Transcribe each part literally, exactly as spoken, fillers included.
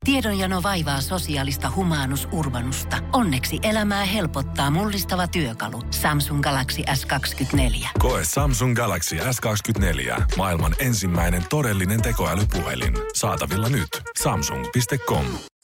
Tiedonjano vaivaa sosiaalista humanus urbanusta. Onneksi elämää helpottaa mullistava työkalu. Samsung Galaxy S kaksikymmentäneljä. Koe Samsung Galaxy S kaksikymmentäneljä. Maailman ensimmäinen todellinen tekoälypuhelin. Saatavilla nyt. Samsung piste com.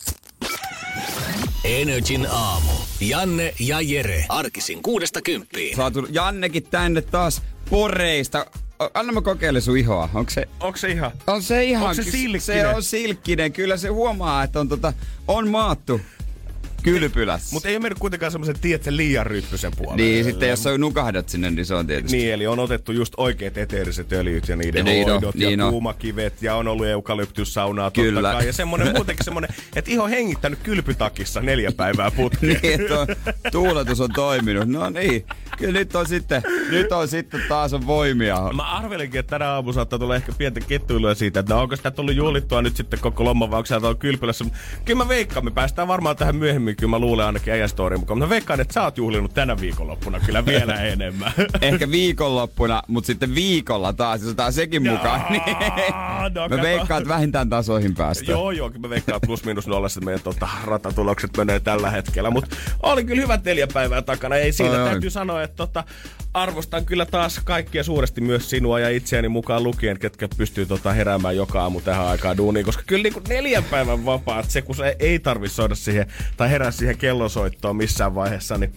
Energin aamu. Janne ja Jere. Arkisin kuudesta kymppiin. Saatu Jannekin tänne taas Poreista. Anna mä kokeile sun ihoa. Onko se... Onko se ihan... On se ihan... Onko se silkkinen? Se on silkkinen. Kyllä se huomaa, että on, tota, on maattu kylpylässä. Mutta ei ole mennyt kuitenkaan semmoisen, tiedätkö, liian ryppysen puolelle. Niin, sitten jos sä nukahdat sinne, niin se on tietysti. Niin, eli on otettu just oikeat eteeriset öljyt ja niiden niin hoidot no, ja niin no. kuumakivet ja on ollut eukalyptussaunaa totta Kyllä. kai. Ja semmonen muutenkin semmonen, että iho hengittänyt kylpytakissa neljä päivää putkeen. Niin, että on, tuuletus on toiminut. No niin, kyllä nyt on sitten, nyt on sitten taas on voimia. Mä arvelinkin, että tänä aamu saattaa tulla ehkä pientä kettuilua siitä, että no, onko sitä tullut juhlittua nyt sitten koko lomma, vai onko sä tuolla kylpylässä. Kyllä mä veikkaan, me päästään varmaan tähän myöhemmin, kyllä mä luulen ainakin äijästoriin mukaan. Mä veikkaan, että sä oot juhlinut tänä viikonloppuna kyllä vielä enemmän. Ehkä viikonloppuna, mutta sitten viikolla taas, jos otetaan sekin mukaan, niin no, mä veikkaan, että vähintään tasoihin päästä. Joo, joo, mä veikkaan plus minus nollassa, että meidän tota, ratatulokset menee tällä hetkellä. Mutta oli kyllä hyvät neljä päivää takana. Ei siinä, Oi, täytyy sanoa, että tota, arvostan kyllä taas kaikkia suuresti myös sinua ja itseäni mukaan lukien, ketkä pystyy tota, heräämään joka aamu tähän aikaan duuniin. Koska kyllä niin neljän päivän vapaat, se kun se ei tarvitse soida siihen tai herää siihen kellosoittoon missään vaiheessa, niin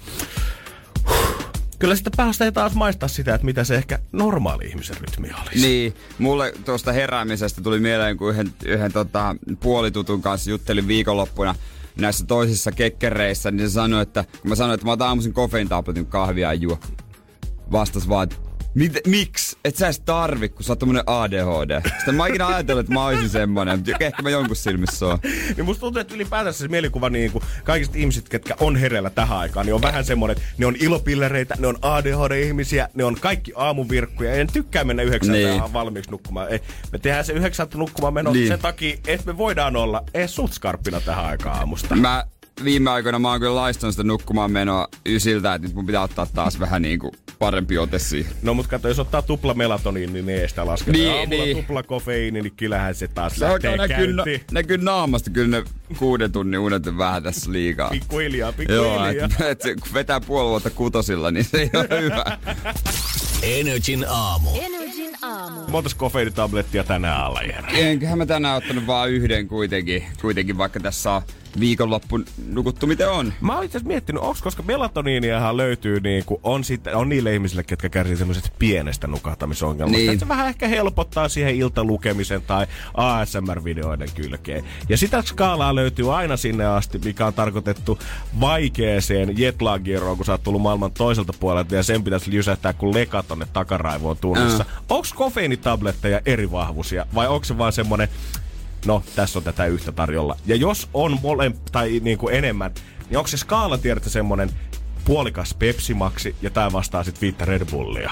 kyllä sitä päästä taas maistaa sitä, että mitä se ehkä normaali ihmisen rytmi olisi. Niin, mulle tuosta heräämisestä tuli mieleen, kun yhden, yhden tota, puolitutun kanssa juttelin viikonloppuna näissä toisissa kekkereissä, niin se sanoi, että kun mä sanoin, että mä otan aamuisin kofeiinitabletin kahvia ja juo. Vastas vaan, että miksi? Et sä edes tarvi, kun sä oot tommonen A D H D. Sitten mä ikinä ajatellut, että mä oisin semmonen, mutta ehkä mä jonkun silmissä oon. Niin musta tuntuu, että ylipäätänsä se mielikuva niin kuin kaikista ihmisistä, ketkä on hereillä tähän aikaan, niin on vähän semmonen, että ne on ilopillereitä, ne on A D H D-ihmisiä, ne on kaikki aamuvirkkuja, ja ne tykkää mennä yhdeksältä niin valmiiksi nukkumaan. Ei, me tehdään se yhdeksältä nukkumaan meno niin sen takia, että me voidaan olla ees sut skarppina tähän aikaan aamusta. Mä viime aikoina mä oon kyllä laistanut sitä nukkumaan menoa ysiltä, että nyt mun pitää ottaa taas vähän niinku parempi ote siihen. No mut katso, jos ottaa tupla melatoniin, niin ei sitä lasketa. Niin, aamulla niin. Tupla kofeiini, niin kyllähän se taas se lähtee näkyy, käyntiin. Näkyy naamasta kyllä ne kuuden tunnin unet on vähän tässä liikaa. Pikkuhiljaa, pikkuhiljaa. Joo, että et kun vetää puoli vuotta kutosilla, niin se ei ole hyvä. Energin aamu. Energin aamu. Montas kofeiinitablettia tänään alla, Jere? Enköhän mä tänään ottanut vaan yhden kuitenkin, kuitenkin vaikka tässä on viikonloppu nukuttu miten on. Mä oon itse asiassa miettinyt, onks, koska melatoniiniahan löytyy niinku, on, sit, on niille ihmisille, ketkä kärsii semmoisesta pienestä nukahtamisongelmasta. Niin. Että se vähän ehkä helpottaa siihen iltalukemisen tai A S M R-videoiden kylkeen. Ja sitä skaalaa löytyy aina sinne asti, mikä on tarkoitettu vaikeeseen jetlagieroon, kun sä oot tullut maailman toiselta puolelta ja sen pitäisi jysähtää kun leka tonne takaraivoon tunnissa. Uh. Onks kofeiinitabletteja eri vahvuisia vai onko se vaan semmonen, no, tässä on tätä yhtä tarjolla. Ja jos on mole, tai niinku enemmän, niin onko se skaala, tiedätte, semmonen puolikas Pepsi Maxi ja tää vastaa sit viittä Red Bullia?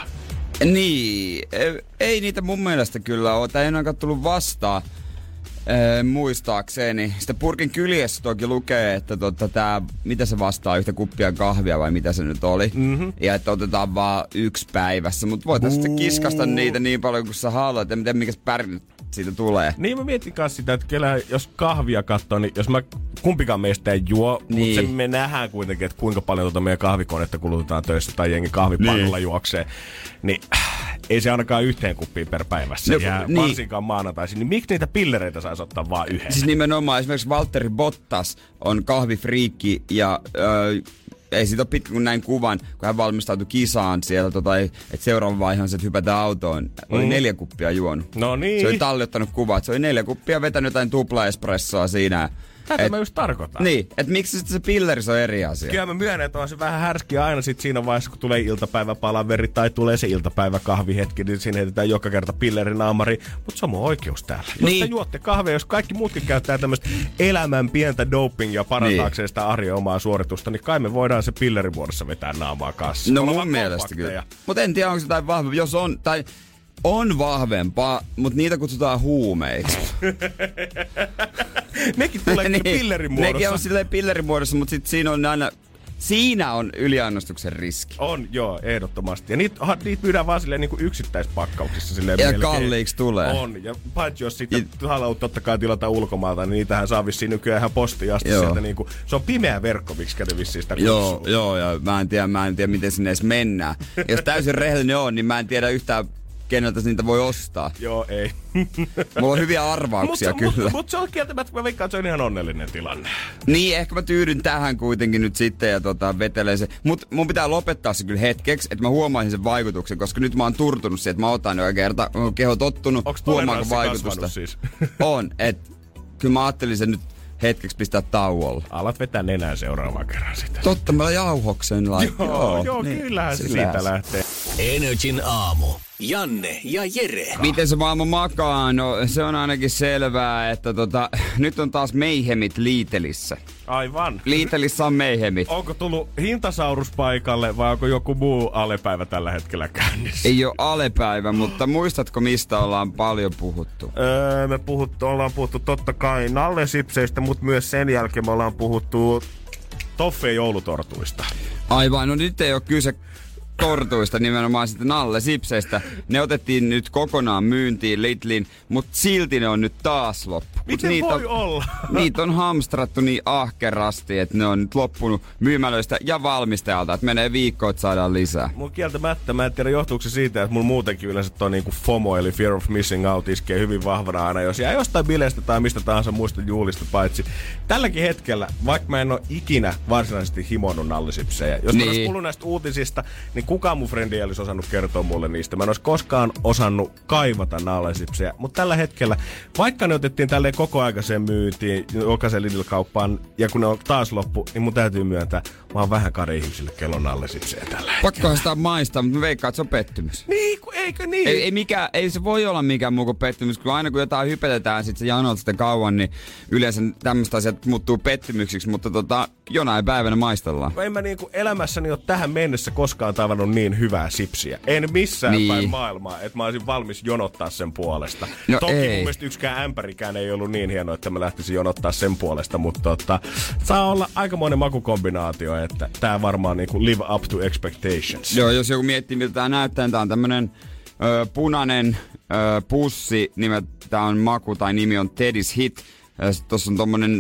Niin, ei niitä mun mielestä kyllä ole. Tää ei ainakaan tullut vastaan. Ee, muistaakseni. Sitten purkin kyljessä toki lukee, että tota, tää, mitä se vastaa, yhtä kuppia kahvia vai mitä se nyt oli. Mm-hmm. Ja että otetaan vaan yksi päivässä. Mutta voitaisiin sitten kiskasta niitä niin paljon kuin sä haluat. En tiedä mikä pärin siitä tulee. Niin mä mietin kanssa sitä, että kyllä jos kahvia katsoo, niin jos mä kumpikaan meistä ei juo, niin. Mutta me nähdään kuitenkin, että kuinka paljon tuota meidän kahvikonetta kulutetaan töissä tai jengi kahvipannulla niin juoksee. Niin ei se ainakaan yhteen kuppiin per päivässä no, jää, niin varsinkaan maanantaisin. Niin miksi niitä pillereitä saisi ottaa vaan yhden? Siis nimenomaan esimerkiksi Valtteri Bottas on kahvifriikki ja öö, ei siitä ole pitkä kun näin kuvan, kun hän valmistautui kisaan siellä, tota, että seuraava vaihe on se, että hypätään autoon. Oli mm. neljä kuppia juonut. No niin. Se oli tallettanut kuvat. Se oli neljä kuppia vetänyt jotain tupla-espressoa siinä. Tätä et, mä just tarkoitan. Niin, että miksi sitten se pilleris on eri asia? Kyllä mä myönnän, että on se vähän härskiä aina sit siinä vaiheessa, kun tulee iltapäiväpalaveri tai tulee se iltapäiväkahvihetki, niin siinä heitetään joka kerta pillerinaamari. Mutta se on mun oikeus täällä. Jos niin te juotte kahvia, jos kaikki muutkin käyttää tämmöistä elämän pientä dopingia parantaakseen niin sitä arjen omaa suoritusta, niin kai me voidaan se pillerimuodossa vetää naamaa kanssa. No mun mielestä kyllä. Mutta en tiedä, onko se jotain vahvempaa. Jos on, tai on vahvempaa, mutta niitä kutsutaan huumeiksi. Nekin tulee niin, pillerin muodossa. Nekin on silleen pillerin muodossa, mutta sit siinä on aina Siinä on yliannostuksen riski. On, joo, ehdottomasti. Ja niitä, niitä myydään vaan silleen niin yksittäispakkauksissa. Silleen ja melkein. Kalliiksi tulee. On, ja paitsi jos sitten It... haluaa totta kai tilata ulkomaalta, niin niitähän saa vissiin nykyään ihan postiin asti sieltä niinku, se on pimeä verkko, miksi ne vissiin sitä kutsuu. Joo, joo, ja mä en tiedä, mä en tiedä miten sinne edes mennään. Jos täysin rehellinen on, niin mä en tiedä yhtään keneltä niitä voi ostaa. Joo, ei. Mulla on hyviä arvauksia mut, kyllä. Mutta mut se on kieltämättä, mä veikkaan, että se on ihan onnellinen tilanne. Niin, ehkä mä tyydyn tähän kuitenkin nyt sitten ja tota, vetelen se. Mut mun pitää lopettaa se kyllä hetkeksi, että mä huomaisin sen vaikutuksen, koska nyt mä oon turtunut siihen, että mä otan joka kerta. Mä oon keho tottunut, huomaanko vaikutusta. Siis? On, että kyllä mä ajattelin sen nyt hetkeksi pistää tauolla. Alat vetää nenään seuraavan kerran sitä. Totta, mä jauhoksen laittaa. Joo, joo, joo niin, kyllähän se siitä lähtee. Energin aamu. Janne ja Jere. Miten se maailma makaa? No se on ainakin selvää, että tota, nyt on taas meihemit Lidlissä. Aivan. Lidlissä on meihemit. Onko tullut hintasaurus paikalle vai onko joku muu alepäivä tällä hetkellä käynnissä? Ei ole alepäivä, mutta muistatko mistä ollaan paljon puhuttu? Öö, me puhuttu, ollaan puhuttu totta kai nallesipseistä, mutta myös sen jälkeen me ollaan puhuttu toffee joulutortuista. Aivan, no nyt ei ole kyse tortuista, nimenomaan sitten nallesipseistä. Ne otettiin nyt kokonaan myyntiin Lidlin, mutta silti ne on nyt taas loppu. Miten niitä voi on, olla? Niitä on hamstrattu niin ahkerasti, että ne on nyt loppunut myymälöistä ja valmistajalta, että menee viikko, että saadaan lisää. Mun kieltämättä, mä en tiedä johtuuko se siitä, että mulla muutenkin yleensä toi niinku FOMO, eli Fear of Missing Out, iskee hyvin vahvana aina, jos jää jostain bileistä tai mistä tahansa muista juhlista paitsi. Tälläkin hetkellä, vaikka mä en oo ikinä varsinaisesti himonnut nallisipsejä, jos niin. mä olis kuullut näistä uutisista, niin kukaan mun frendi ei olisi osannut kertoa mulle niistä. Mä en olisi koskaan osannut kaivata nallisipsejä, mutta tällä hetkellä, vaikka ne otettiin tälleen koko aikaiseen myytiin jokaisen Lidl-kauppaan, ja kun ne on taas loppu, niin mun täytyy myöntää, mä oon vähän kade ihmisille, kello nallisipsejä tällä hetkellä. Pakkohan sitä maistaa, mutta mä veikkaan, että se on pettymys. Niin, kun, eikö niin? Ei, ei, mikä, ei se voi olla mikään muu kuin pettymys, kun aina kun jotain hypetetään sit se janot sitten kauan, niin yleensä tämmöistä asiat muuttuu pettymyksiksi, mutta tota, jonain päivänä maistellaan. En mä niinku elämässäni ole tähän mennessä koskaan tavannut niin hyvää sipsiä. En missään niin. päin maailmaa, että mä olisin valmis jonottaa sen puolesta. No Toki ei. mun mielestä yksikään ämpärikään ei ollut niin hieno, että mä lähtisin jonottaa sen puolesta, mutta tota, saa olla aikamoinen makukombinaatio, että tää varmaan niinku live up to expectations. Joo, jos joku miettii miltä tää näyttää, tää on tämmönen ö, punainen ö, pussi, nimeltä on maku tai nimi on Teddy's Hit. Tossa on tommonen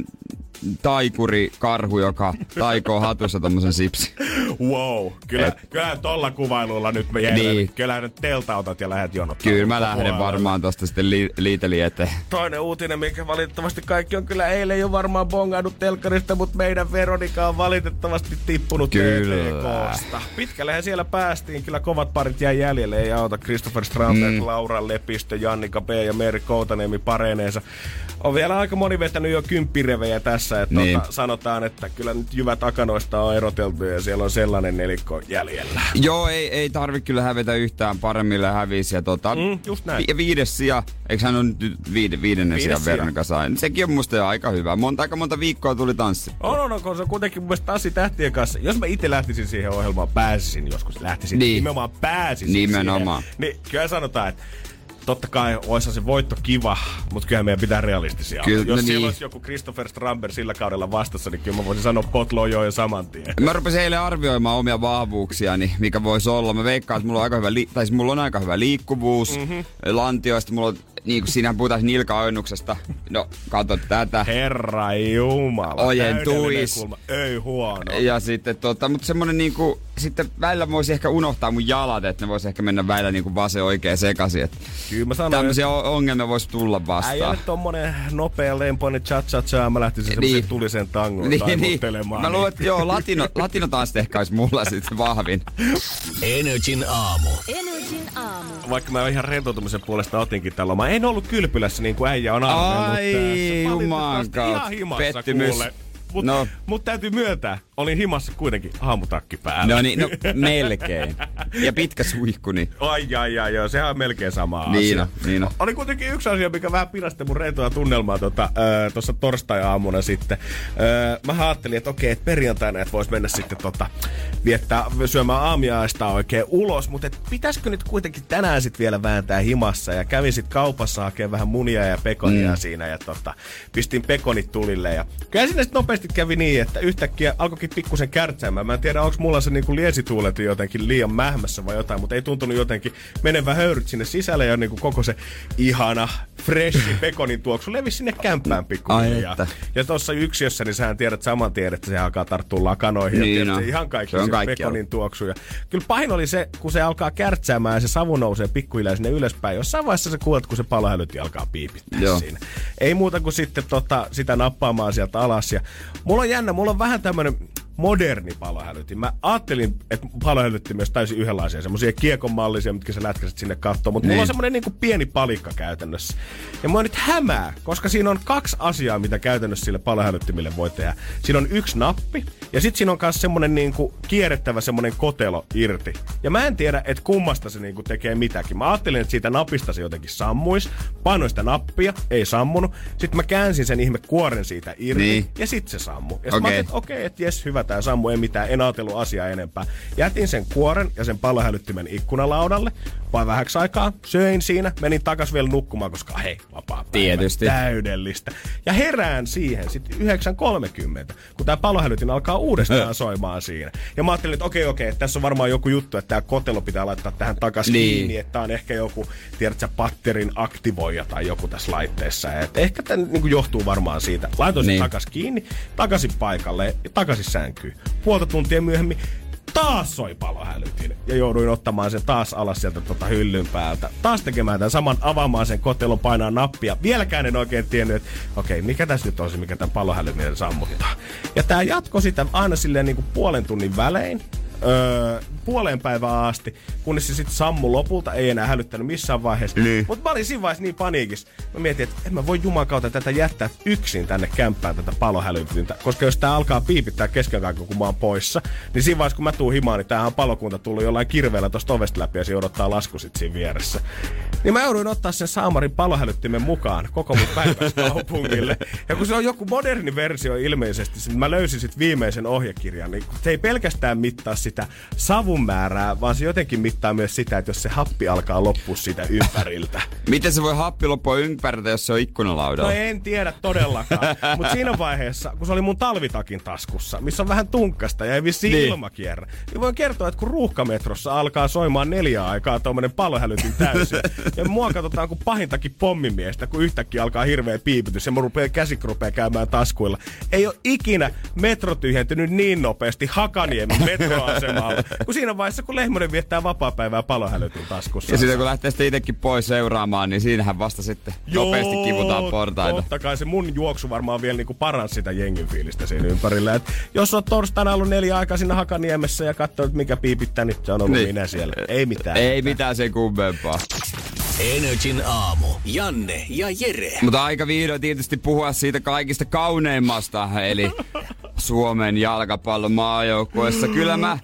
taikuri karhu, joka taikoo hatussa tommosen sipsi. Wow, kyllä, Et, kyllä tolla kuvailulla nyt me jäin. Niin. Kyllä nyt teltta otat ja lähdet jonottaa. Kyllä mä lähden puolella. Varmaan tosta sitten li- Lidlin eteen. Toinen uutinen, mikä valitettavasti kaikki on kyllä eilen jo varmaan bongannut telkkarista, mutta meidän Veronika on valitettavasti tippunut T V K:sta. Pitkällehän siellä päästiin, kyllä kovat parit jäi jäljelle, ei auta Christopher Strandberg, mm. Laura Lepistö, Jannika B ja Meri Koutaniemi pareineensa. On vielä aika moni vetänyt jo kymppirevejä tässä, että niin. tota, sanotaan, että kyllä nyt jyvät akanoista on eroteltu ja siellä on sellainen nelikko jäljellä. Joo, ei, ei tarvi kyllä hävetä yhtään, paremmille hävisi. Ja tota, mm, just näin. Vi- viides sija, eikö hän on nyt viide, viidennen sijan Veronika sai? Sekin on musta jo aika hyvä. Monta, aika monta viikkoa tuli tanssi. On, on, on, kun se on kuitenkin mun mielestä tanssi tähtien kanssa. Jos mä itse lähtisin siihen ohjelmaan, pääsisin joskus, lähtisin. Niin. Nimenomaan pääsisin Nimenomaan. siihen. Niin kyllä sanotaan, että totta kai olisi se voitto kiva, mutta kyllä meidän pitää realistisia kyllä, olla. Jos no siellä niin. olisi joku Christopher Strandberg sillä kaudella vastassa, niin kyllä mä voisin sanoa potloon jo saman tien. Mä rupesin eilen arvioimaan omia vahvuuksiani, mikä voisi olla. Mä veikkaan, että mulla on aika hyvä, li- tai siis mulla on aika hyvä liikkuvuus, mm-hmm. lantioista, mulla on, niin kuin siinähän puhutaan nilkaojennuksesta. No, kato tätä. Herra jumala. Ojentuis. Ei huono. Ja sitten tota, mutta semmonen niinku, sitten välillä voisi ehkä unohtaa mun jalat, että ne voisi ehkä mennä välillä niinku vasen oikein sekaisin. Että kyllä mä sanoin, tämmöisiä että ongelmia voisi tulla vastaan. Äijälle tommonen nopea lempoinen cha-cha-cha, mä lähtisin niin. semmoisen tulisen tangoon niin, taivuttelemaan. Niin. Mä luulen, että joo, latino, latinotanssit ehkä olisi mulla sitten vahvin. Energin aamu. Energin aamu. Vaikka mä ihan rentoutumisen puolesta otinkin tällä, mä en ollut kylpylässä niin kuin äijä on arvellut tässä. Ai jumankaut, ihan himassa pettymys. Kuule. Mut, no. mut täytyy myöntää, olin himassa kuitenkin aamutakki päällä. No niin, no melkein. Ja pitkä suihku, niin. Ai, ai, ai, ai, sehän on melkein sama niin asia. No, niin no. Oli kuitenkin yksi asia, mikä vähän pidasti mun rentoa tunnelmaa tuossa tota, torstai-aamuna sitten. Öö, mä ajattelin, että okei, että perjantaina et vois mennä sitten tota, viettää syömään aamiaista oikein ulos, mutta et pitäisikö nyt kuitenkin tänään sitten vielä vääntää himassa ja kävin sit kaupassa hakemaan vähän munia ja pekonia mm. siinä ja tota, pistin pekonit tulille ja kyllä sinne sitten nopeasti oikeasti kävi niin, että yhtäkkiä alkoikin pikkusen kärtsäämään. Mä en tiedä, onko mulla se niinku liesituulet jotenkin liian mähmässä vai jotain, mutta ei tuntunut jotenkin menevä höyryt sinne sisälle ja niinku koko se ihana, freshi pekonin tuoksu levisi sinne kämppään pikkuhiljaa. Ja, ja tuossa yksiössä, niin sähän tiedät saman tien, että se alkaa tarttua lakanoihin niin, ja tiedät, no. se ihan kaikki se, se pekonin tuoksu. Ja kyllä pahin oli se, kun se alkaa kärtsäämään ja se savu nousee pikkuhiljaa sinne ylöspäin. Jossain vaiheessa sä kuulet, kun se palohälytti alkaa piipittää Joo. siinä. Ei muuta kuin sitten tota, sitä nappaamaan sieltä alas. Ja mulla on jännä, mulla on vähän tämmönen moderni palohälytin. Mä ajattelin, että palohälytti myös täysin yhdenlaisia, semmosia kiekonmallisia, mitkä sä lätkäsit sinne kattoon, mutta niin. mulla on semmonen niinku pieni palikka käytännössä. Ja mua nyt hämää, koska siinä on kaksi asiaa, mitä käytännössä sille palohälyttimille voi tehdä. Siinä on yksi nappi, ja sit siinä on myös semmonen niinku kierrettävä semmonen kotelo irti. Ja mä en tiedä, että kummasta se niinku tekee mitäkin. Mä ajattelin, että siitä napista se jotenkin sammuisi. Painoin sitä nappia, ei sammunut. Sitten mä käänsin sen ihme kuoren siitä irti, niin. ja sit se sammui. Ja sit okay. mä ajattelin, että okei, okay, että jes, hyvä tää sammu, ei mitään, en ajatellut asiaa enempää. Jätin sen kuoren ja sen palohälyttimen ikkunalaudalle, vai vähäksi aikaa, söin siinä, menin takas vielä nukkumaan, koska hei, vapaa päivä, tietysti täydellistä. Ja herään siihen sitten yhdeksän kolmekymmentä, kun tää palohälytin alkaa uudestaan äh. soimaan siinä. Ja mä ajattelin, että okei, okei, tässä on varmaan joku juttu, että tää kotelo pitää laittaa tähän takas niin. kiinni, että tää on ehkä joku, tiedätkö, patterin aktivoija tai joku tässä laitteessa. Et ehkä tää niin johtuu varmaan siitä. Laitoin niin. sen takas kiinni, takaisin paikalle ja takaisin sänkyyn. Puolta tuntia myöhemmin taas soi palohälytin. Ja jouduin ottamaan sen taas alas sieltä tota hyllyn päältä. Taas tekemään tämän saman, avaamaan sen kotelon, painaa nappia. Vieläkään en oikein tiennyt, että okei, okay, mikä tässä nyt on se, mikä tämän palohälytin sammuttaa. Ja tää jatkoi sitä aina silleen niin kuin puolen tunnin välein. Öö, puoleen päivään asti, kunnes se sitten sammu lopulta, ei enää hälyttänyt missään vaiheessa. Niin. Mutta mä olin siinä vaiheessa niin paniikissa. Mä mietin, että en mä voi jumakauta tätä jättää yksin tänne kämppään tätä palohälytintä. Koska jos tää alkaa piipittää kesken kaiken, kun mä oon poissa, niin siinä vaiheessa, kun mä tuun himaan, niin tämähän on palokunta tullut jollain kirveellä tosta ovesta läpi ja se odottaa lasku sit siinä vieressä. Niin mä jouduin ottaa sen saamarin palohälyttimen mukaan koko mun päiväskaupungille. Ja kun se on joku moderni versio ilmeisesti, niin mä löysin sit viimeisen ohjekirjan, niin se ei pelkästään mittaa sitä savun määrää, vaan se jotenkin mittaa myös sitä, että jos se happi alkaa loppua siitä ympäriltä. Miten se voi happi loppua ympäriltä, jos se on ikkunalaudalla? No en tiedä todellakaan. Mutta siinä vaiheessa, kun se oli mun talvitakin taskussa, missä on vähän tunkkasta ja ei vissi niin. ilmakierrä, niin voin kertoa, että kun ruuhkametrossa alkaa soimaan neljä aikaa tommonen palohälytin täysin, ja mua katsotaan kuin pahintakin pommimiestä, kun yhtäkkiä alkaa hirveä piipitys ja mun rupeaa käsik rupeaa käymään taskuilla. Ei ole ikinä metro tyhjentynyt niin nopeasti Hakaniemen metroasemalla, kun siinä vaiheessa, kun Lehmonen viettää vapaapäivää palohälytin taskussa. Ja sitten kun lähtee sitten itsekin pois seuraamaan, niin siinähän vasta sitten Joo, nopeasti kivutaan portaita. Totta kai se mun juoksu varmaan vielä niinku paransi sitä jengin fiilistä siinä ympärillä. Et jos on torstaina ollut neljä aikaa siinä Hakaniemessä ja katsoo, että mikä piipittää, niin se on ollut niin. minä siellä. Ei mitään. Ei mitään, mitään sen kummempaa. Energin aamu. Janne ja Jere. Mutta aika vihdoin tietysti puhua siitä kaikista kauneimmasta, eli Suomen jalkapallon maajoukkueessa. Kyllä mä,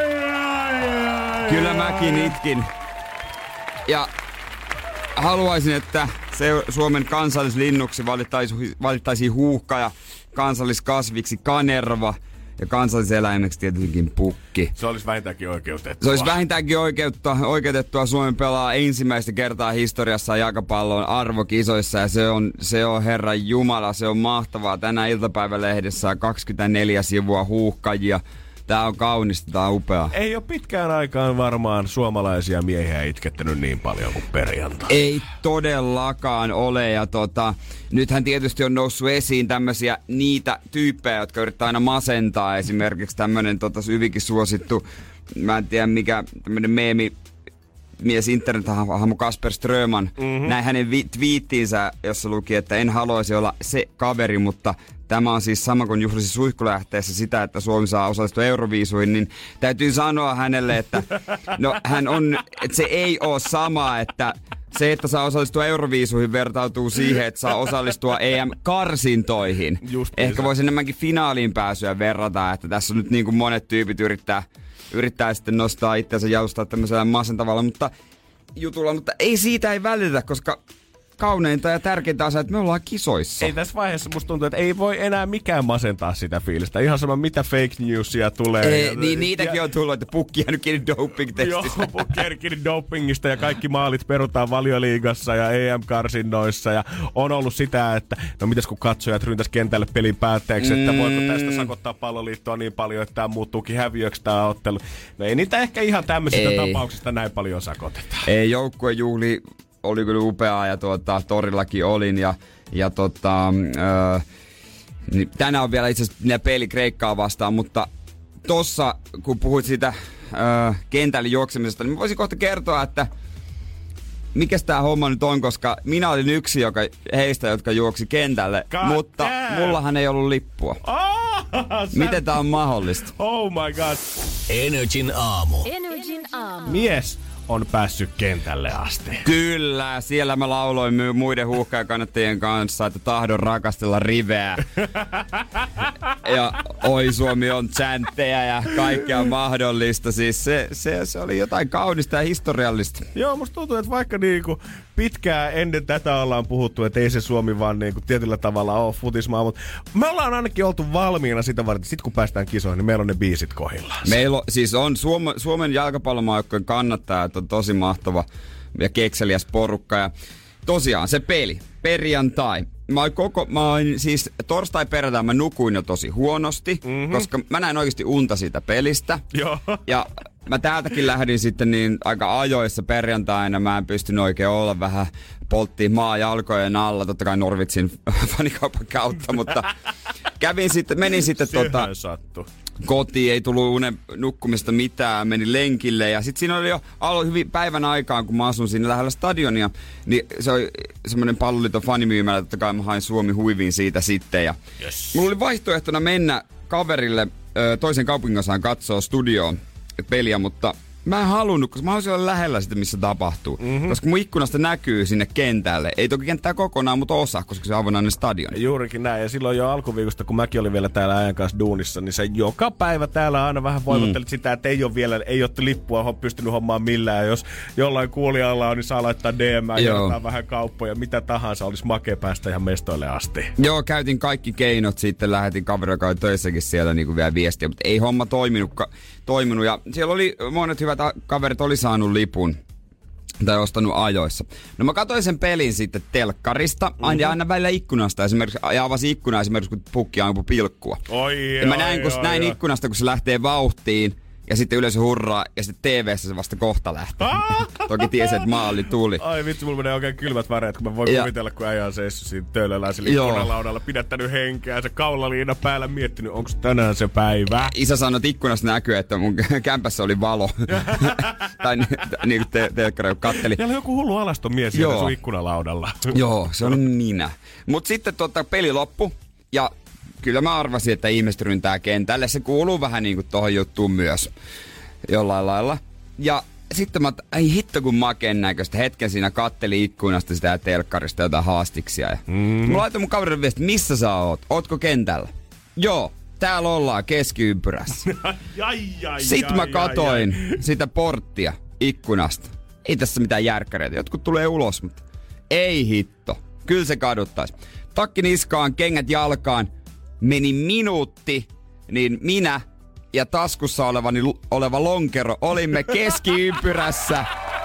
kyllä mäkin itkin. Ja haluaisin, että se Suomen kansallislinnuksi valittaisiin, valittaisiin huuhka ja kansalliskasviksi kanerva. Ja kansalliseläimeksi tietenkin pukki. Se olisi vähintäänkin oikeutettua. Se olisi vähintäänkin oikeutta, oikeutettua. Suomen pelaa ensimmäistä kertaa historiassa jalkapallon arvokisoissa. Ja se on, se on Herran Jumala, se on mahtavaa. Tänään iltapäivälehdessä kaksikymmentäneljä sivua huuhkajia. Tää on kaunista, tää on upeaa. Ei ole pitkään aikaan varmaan suomalaisia miehiä itkettänyt niin paljon kuin perjantai. Ei todellakaan ole. Ja tota, nythän tietysti on noussut esiin tämmösiä niitä tyyppejä, jotka yrittää aina masentaa. Esimerkiksi tämmönen tota, hyvinkin suosittu, mä en tiedä mikä, tämmönen meemi, mies internet-hahmo Kasper Ströman. Mm-hmm. Näin hänen vi- twiittiinsä, jossa luki, että en haluaisi olla se kaveri, mutta tämä on siis sama kuin juhlisi suihkulähteessä sitä, että Suomi saa osallistua Euroviisuihin, niin täytyy sanoa hänelle, että no hän on, että se ei ole sama, että se, että saa osallistua Euroviisuihin vertautuu siihen, että saa osallistua E M-karsintoihin. Just Ehkä voisi enemmänkin finaaliin pääsyä verrata, että tässä on nyt niin kuin monet tyypit yrittää, yrittää sitten nostaa itseänsä jalustaa tämmöisellä masentavalla mutta jutulla, mutta ei siitä ei välitetä, koska kauneinta ja tärkeintä asiaa, että me ollaan kisoissa. Ei tässä vaiheessa musta tuntuu, että ei voi enää mikään masentaa sitä fiilistä. Ihan sama, mitä fake newsia tulee. Ei, ja, niin, niitäkin ja, on tullut, että pukki jäänyt kiinni doping-testistä. Joo, pukki jäänyt kiinni dopingista ja kaikki maalit perutaan Valioliigassa ja E M-karsinnoissa. Ja on ollut sitä, että no mitäs kun katsojat ryntäs kentälle pelin päätteeksi, mm. että voiko tästä sakottaa Palloliittoa niin paljon, että tämä muuttuukin häviöksi tämä ottelu. No ei niitä ehkä ihan tämmöisistä ei. tapauksista näin paljon sakoteta. Ei, joukkuejuhli oli kyllä upeaa ja tuota, torillakin olin ja, ja tota, öö, niin tänään on vielä itse asiassa peli Kreikkaa vastaan, mutta tossa kun puhuit siitä öö, kentällä juoksemisesta, niin mä voisin kohta kertoa, että mikäs tää homma nyt on, koska minä olin yksi joka, heistä, jotka juoksi kentälle, God mutta damn. mullahan ei ollut lippua. Oh, miten tää on mahdollista? Oh my god. Energin aamu. Energin aamu. Mies on päässyt kentälle asti. Kyllä, siellä mä lauloin muiden huuhkajakannattajien kanssa, että tahdon rakastella riveä. Ja oi Suomi on chanttejä ja kaikkea mahdollista. Siis se, se, se oli jotain kaunista ja historiallista. Joo, musta tuntuu, että vaikka niinku pitkään ennen tätä ollaan puhuttu, että ei se Suomi vaan niinku tietyllä tavalla ole futismaa, mutta me ollaan ainakin oltu valmiina sitä varten, että sit kun päästään kisoihin, niin meillä on ne biisit kohdillaan. Meillä on, siis on Suom- Suomen jalkapallomaajoukkojen kannattajat on tosi mahtava ja kekseliäs porukka. Ja tosiaan se peli, perjantai. Mä oon koko, mä oon siis torstai perjantai mä nukuin jo tosi huonosti, mm-hmm. koska mä näin oikeasti unta siitä pelistä. Joo. Ja mä täältäkin lähdin sitten niin aika ajoissa perjantaina. Mä en pystynyt oikein olla vähän polttiin maa jalkojen alla. Totta kai Norvitsin fanikaupan kautta, mutta kävin sitten, menin sitten tota, kotiin, ei tullut unen nukkumista mitään, menin lenkille ja sitten siinä oli jo aloin hyvin päivän aikaan, kun mä asun siinä lähellä stadionia, niin se oli semmoinen Palloliiton fanimyymälä, totta kai mä hain Suomi huiviin siitä sitten ja yes. Mulla oli vaihtoehtona mennä kaverille ö, toisen kaupunginosaan katsoa studioon peliä, mutta mä en halunnut, koska mä haluaisin olla lähellä sitä, missä tapahtuu. Mm-hmm. Koska mun ikkunasta näkyy sinne kentälle. Ei toki kenttää kokonaan, mutta osa, koska se on avonainen stadion. Juurikin näin. Ja silloin jo alkuviikosta, kun mäkin olin vielä täällä ajan kanssa duunissa, niin se joka päivä täällä aina vähän voivottelit mm. sitä, että ei ole vielä, ei ole lippua pystynyt hommaan millään. Ja jos jollain kuulijalla on, niin saa laittaa D M, järjestää vähän kauppoja, mitä tahansa. Olisi makea päästä ihan mestoille asti. Joo, käytin kaikki keinot sitten. Lähetin kaveria, joka oli töissäkin siellä niin kuin vielä viestiä, mutta ei homma toiminut. toiminut. Ja siellä oli monet hyvät kaverit oli saanut lipun tai ostanut ajoissa. No mä katsoin sen pelin sitten telkkarista, mm-hmm. ja aina välillä ikkunasta esimerkiksi, ja avasin ikkunaa esimerkiksi, kun pukki ampui pilkkua. Oi, ja mä oi, näin, kun oi, näin oi. ikkunasta, kun se lähtee vauhtiin, ja sitten yleisö hurraa, ja sitten T V:ssä se vasta kohta lähtee. Toki tiesi, että maali tuli. Ai vitsi, mulla menee oikein kylmät väreet, kun mä voin ja kuvitella, kun äijä on seissyt siinä töölöläisellä ikkunalaudalla, pidättänyt henkeä, se kaulaliina päällä miettinyt, onko tänään se päivä. Isä sanoi, että ikkunasta näkyy, että mun kämpässä oli valo. Tai niin kuin te, telkkari katteli. Siellä on joku hullu alaston mies siellä sun ikkunalaudalla. Joo, se on minä. Mut sitten tota, peli loppu, ja kyllä mä arvasin, että ihmiset ryntää kentälle. Se kuuluu vähän niinku tohon juttuun myös jollain lailla. Ja sitten mä, ei hitto kun makeen näköistä. Hetken siinä katteli ikkunasta sitä ja telkkarista jotain haastiksia. Ja mm. Mä laitoin mun kaverille viesti, missä sä oot? Ootko kentällä? Joo, täällä ollaan keskiympyrässä. Sitten mä katoin ai, ai. sitä porttia ikkunasta. Ei tässä mitään järkkäreitä. Jotkut tulee ulos, mutta ei hitto. Kyllä se kaduttais. Takki niskaan, kengät jalkaan. Meni minuutti, niin minä ja taskussa olevani, oleva lonkero olimme keskiympyrässä.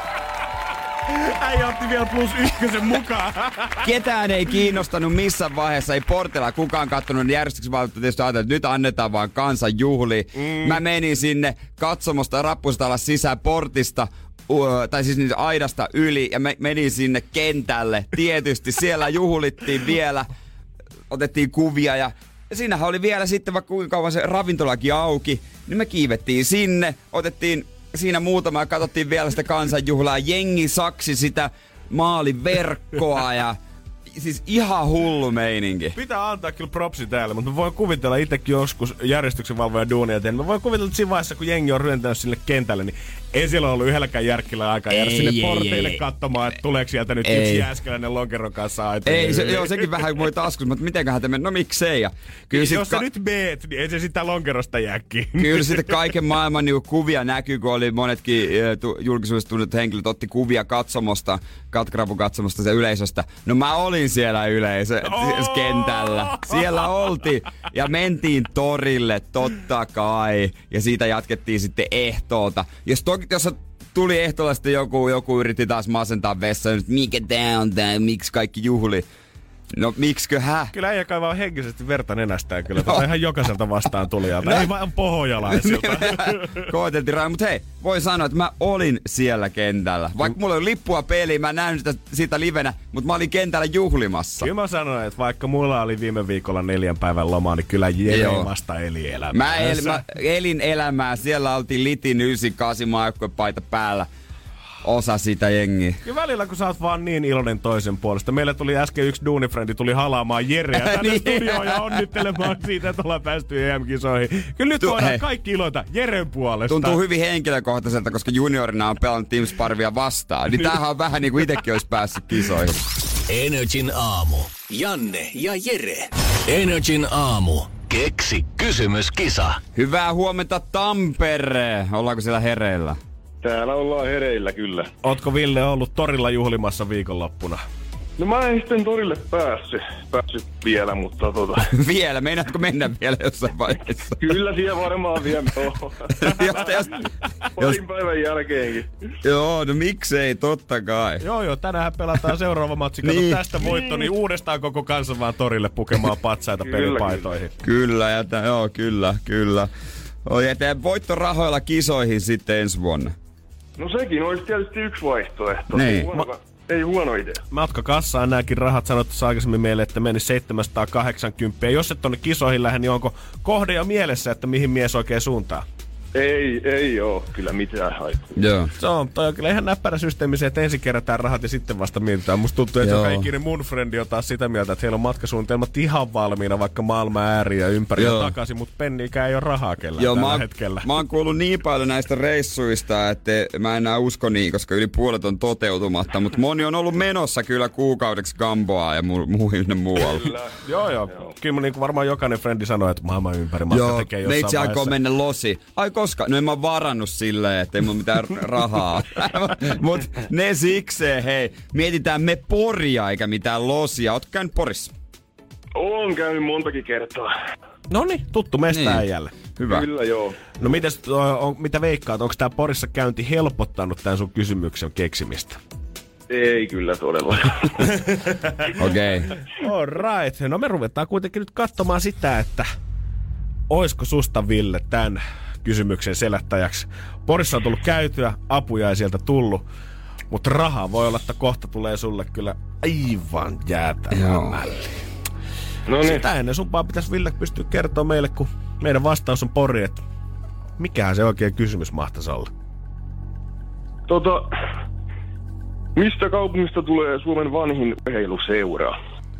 Äijä otti vielä plus ykkösen mukaan. Ketään ei kiinnostanut missään vaiheessa, ei portilla kukaan kattonut järjestyksen valvonta. Tietysti ajattelin, että nyt annetaan vaan kansan juhli. Mm. Mä menin sinne katsomosta rappusta alas sisään portista. Uh, tai siis niitä aidasta yli ja me menin sinne kentälle. Tietysti siellä juhlittiin vielä, otettiin kuvia ja siinähän oli vielä sitten, vaikka kuinka kauan se ravintolakin auki, niin me kiivettiin sinne, otettiin siinä muutama ja katsottiin vielä sitä kansanjuhlaa. Jengi saksi sitä maaliverkkoa ja siis ihan hullu meininki. Pitää antaa kyllä propsi täällä, mutta mä voin kuvitella itsekin joskus järjestyksenvalvoja duunia teen. Mä voin kuvitella, että siinä vaiheessa, kun jengi on ryentänyt sille kentälle, niin Ei siellä ollut yhdelläkään järkkillä aikaa jäädä sinne ei, porteille ei, katsomaan, että tuleeko sieltä nyt ei. yksi jääskeläinen lonkeron kanssa aitoon. Ei, se, joo, sekin vähän voi taskus, mutta mitenköhän te men... No miksei? Ja kyllä Jos sä ka- nyt meet, niin ei se sitä lonkerosta jää kiinni. Kyllä sitten kaiken maailman niinku kuvia näkyy, kun oli monetkin äh, tu- julkisuudessa tunnetut henkilöt otti kuvia katsomosta, Katkrapun katsomosta se yleisöstä. No mä olin siellä yleisö oh! kentällä. Siellä oltiin ja mentiin torille, totta kai. Ja siitä jatkettiin sitten ehtoolta. Jos toki, jos tuli ehtoolla sitten joku, joku yritti taas masentaa vessaan, että mikä tää on tää, miksi kaikki juhli. No miksikö hä? Kyllä äijä kaivaa henkisesti verta nenästään kyllä. Tota ihan jokaiselta vastaan tulijalta. No. Ei vaan pohjalaisilta. Koeteltiin rajaa, mutta hei, voi sanoa, että mä olin siellä kentällä. Vaikka mulla oli lippua peliin, mä en nähnyt sitä, sitä livenä, mutta mä olin kentällä juhlimassa. Kyllä mä sanoin, että vaikka mulla oli viime viikolla neljän päivän loma, niin kyllä Jere vasta eli elämää. Mä, el, mä elin elämää. Siellä oltiin litin yhdeksänkymmentäkahdeksan maajoukkuepaita päällä. Osa sitä jengiä. Kyllä välillä, kun sä oot vaan niin iloinen toisen puolesta. Meille tuli äsken yksi duunifrendi, tuli halaamaan Jereä tänne niin. studioon ja onnittelemaan siitä, että ollaan päästy E M-kisoihin. Kyllä nyt tu- voidaan hei. kaikki iloita Jeren puolesta. Tuntuu hyvin henkilökohtaiselta, koska juniorina on pelannut Team Sparvia vastaan. Niin tämähän on vähän niin kuin itsekin olisi päässyt kisoihin. Energin aamu. Janne ja Jere. Energin aamu. Keksi kysymyskisa. Hyvää huomenta Tampere. Ollaanko siellä hereillä? Täällä ollaan hereillä kyllä. Ootko Ville ollut torilla juhlimassa viikonloppuna? No mä en sitten torille päässyt, päässyt vielä, mutta tota... Vielä? Meinaatko mennä vielä jossain vaiheessa? Kyllä siellä varmaan vielä on. Parin päivän jälkeenkin. Joo, no miksei, totta kai. Joo joo, tänään pelataan seuraava matsi. Kato niin. tästä voitto, niin uudestaan koko kansa vaan torille pukemaan patsaita pelipaitoihin. Kyllä, ja t- joo, kyllä, kyllä. Oi, ja teidän voittorahoilla kisoihin sitten ensi vuonna. No sekin olisi tietysti yksi vaihtoehto. Niin. Ei huono, ei huono idea. Matka kassaan nääkin rahat, sanoit tuossa aikaisemmin meille, että meni seitsemänsataakahdeksankymmentä. Jos et tonne kisoihin lähde, niin onko kohde jo mielessä, että mihin mies oikein suuntaa? Ei, ei oo kyllä mitään haittaa. Joo. Se on, toi on kyllä ihan näppärä systeemi se, että ensin kerätään rahat ja sitten vasta mietitään. Musta tuntuu, että joka ikinen mun frendi on taas sitä mieltä, että heillä on matkasuunnitelmat ihan valmiina, vaikka maailman ääriä ympäri Joo. ja takaisin, mutta penniikään ei ole rahaa kellään Joo, tällä mä oon, hetkellä. Mä oon kuullut niin paljon näistä reissuista, että mä en enää usko niin, koska yli puolet on toteutumatta, mutta moni on ollut menossa kyllä kuukaudeksi Gamboa ja mu- muihin muualla. Kyllä. joo, joo. joo. Kyllä niin kuin varmaan jokainen frendi sanoo, että maailman ympäri matka Joo, tekee jossain meitsi vaiheessa. aikoo mennä losi. Ai koska? No en mä varannut silleen, että ei mulla mitään rahaa. Mut ne sikseen, hei. Mietitään me Poria eikä mitään losia. Ootko käynyt Porissa? Oon käynyt montakin kertaa. Noniin, tuttu mestä niin. äijälle. Hyvä. Kyllä joo. No mites, on, mitä veikkaat, onko tää Porissa käynti helpottanut tän sun kysymyksen keksimistä? Ei kyllä todella. Okei. Okay. All right. No me ruvetaan kuitenkin nyt katsomaan sitä, että oisko susta Ville tän kysymyksen selättäjäksi. Porissa on tullut käytyä, apuja ei sieltä tullut, mutta rahaa voi olla, että kohta tulee sulle kyllä aivan jäätävän mälli. No niin. Sitä ennen sun vaan pitäisi Ville pystyä kertoa meille, kun meidän vastaus on Pori, että mikähän se oikein kysymys mahtaisi olla? Tota, mistä kaupungista tulee Suomen vanhin urheiluseura?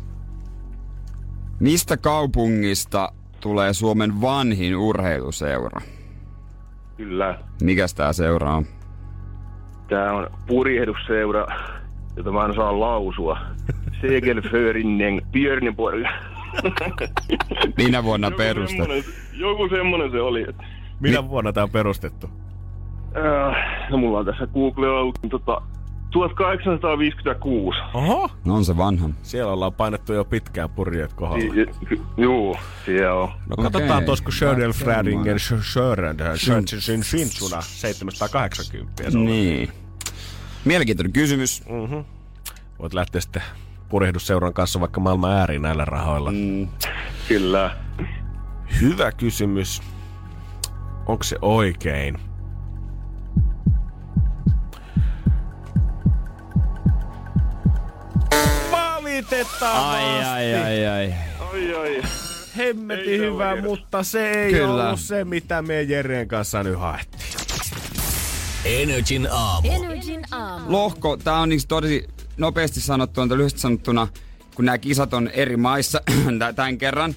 Mistä kaupungista tulee Suomen vanhin urheiluseura? Kyllä. Mikäs tää seura on? Tää on purjehdusseura, jota mä en saa lausua. Segelföringen Björneborg. Minä vuonna joku perustettu? Semmonen, joku semmonen se oli. Että... Minä vuonna tää on perustettu? Äh, no mulla on tässä Google auki. Tota, tuhatkahdeksansataaviisikymmentäkuusi. Oho! No on se vanha. Siellä ollaan painettu jo pitkään purjeet kohdalla. Juu, siellä on. No katsotaan okay. Tuosko Söderfrädingen Sören Svinsuna seitsemänsataakahdeksankymmentä. Niin. Mielenkiintoinen kysymys. Mm-hmm. Voit lähteä sitten purjehdusseuran kanssa vaikka maailman ääriin näillä rahoilla. Mm, kyllä. Hyvä kysymys. Onko se oikein? Valitettavasti. Ai, ai, ai, ai. Ai, ai. Hemmetin hyvä, mutta se ei Kyllä. ollut se, mitä me Jereen kanssa nyt haettiin. Energin aamu. Energin aamu. Lohko, tää on niin tosi nopeasti sanottuna, lyhyesti sanottuna, kun nämä kisat on eri maissa tämän kerran,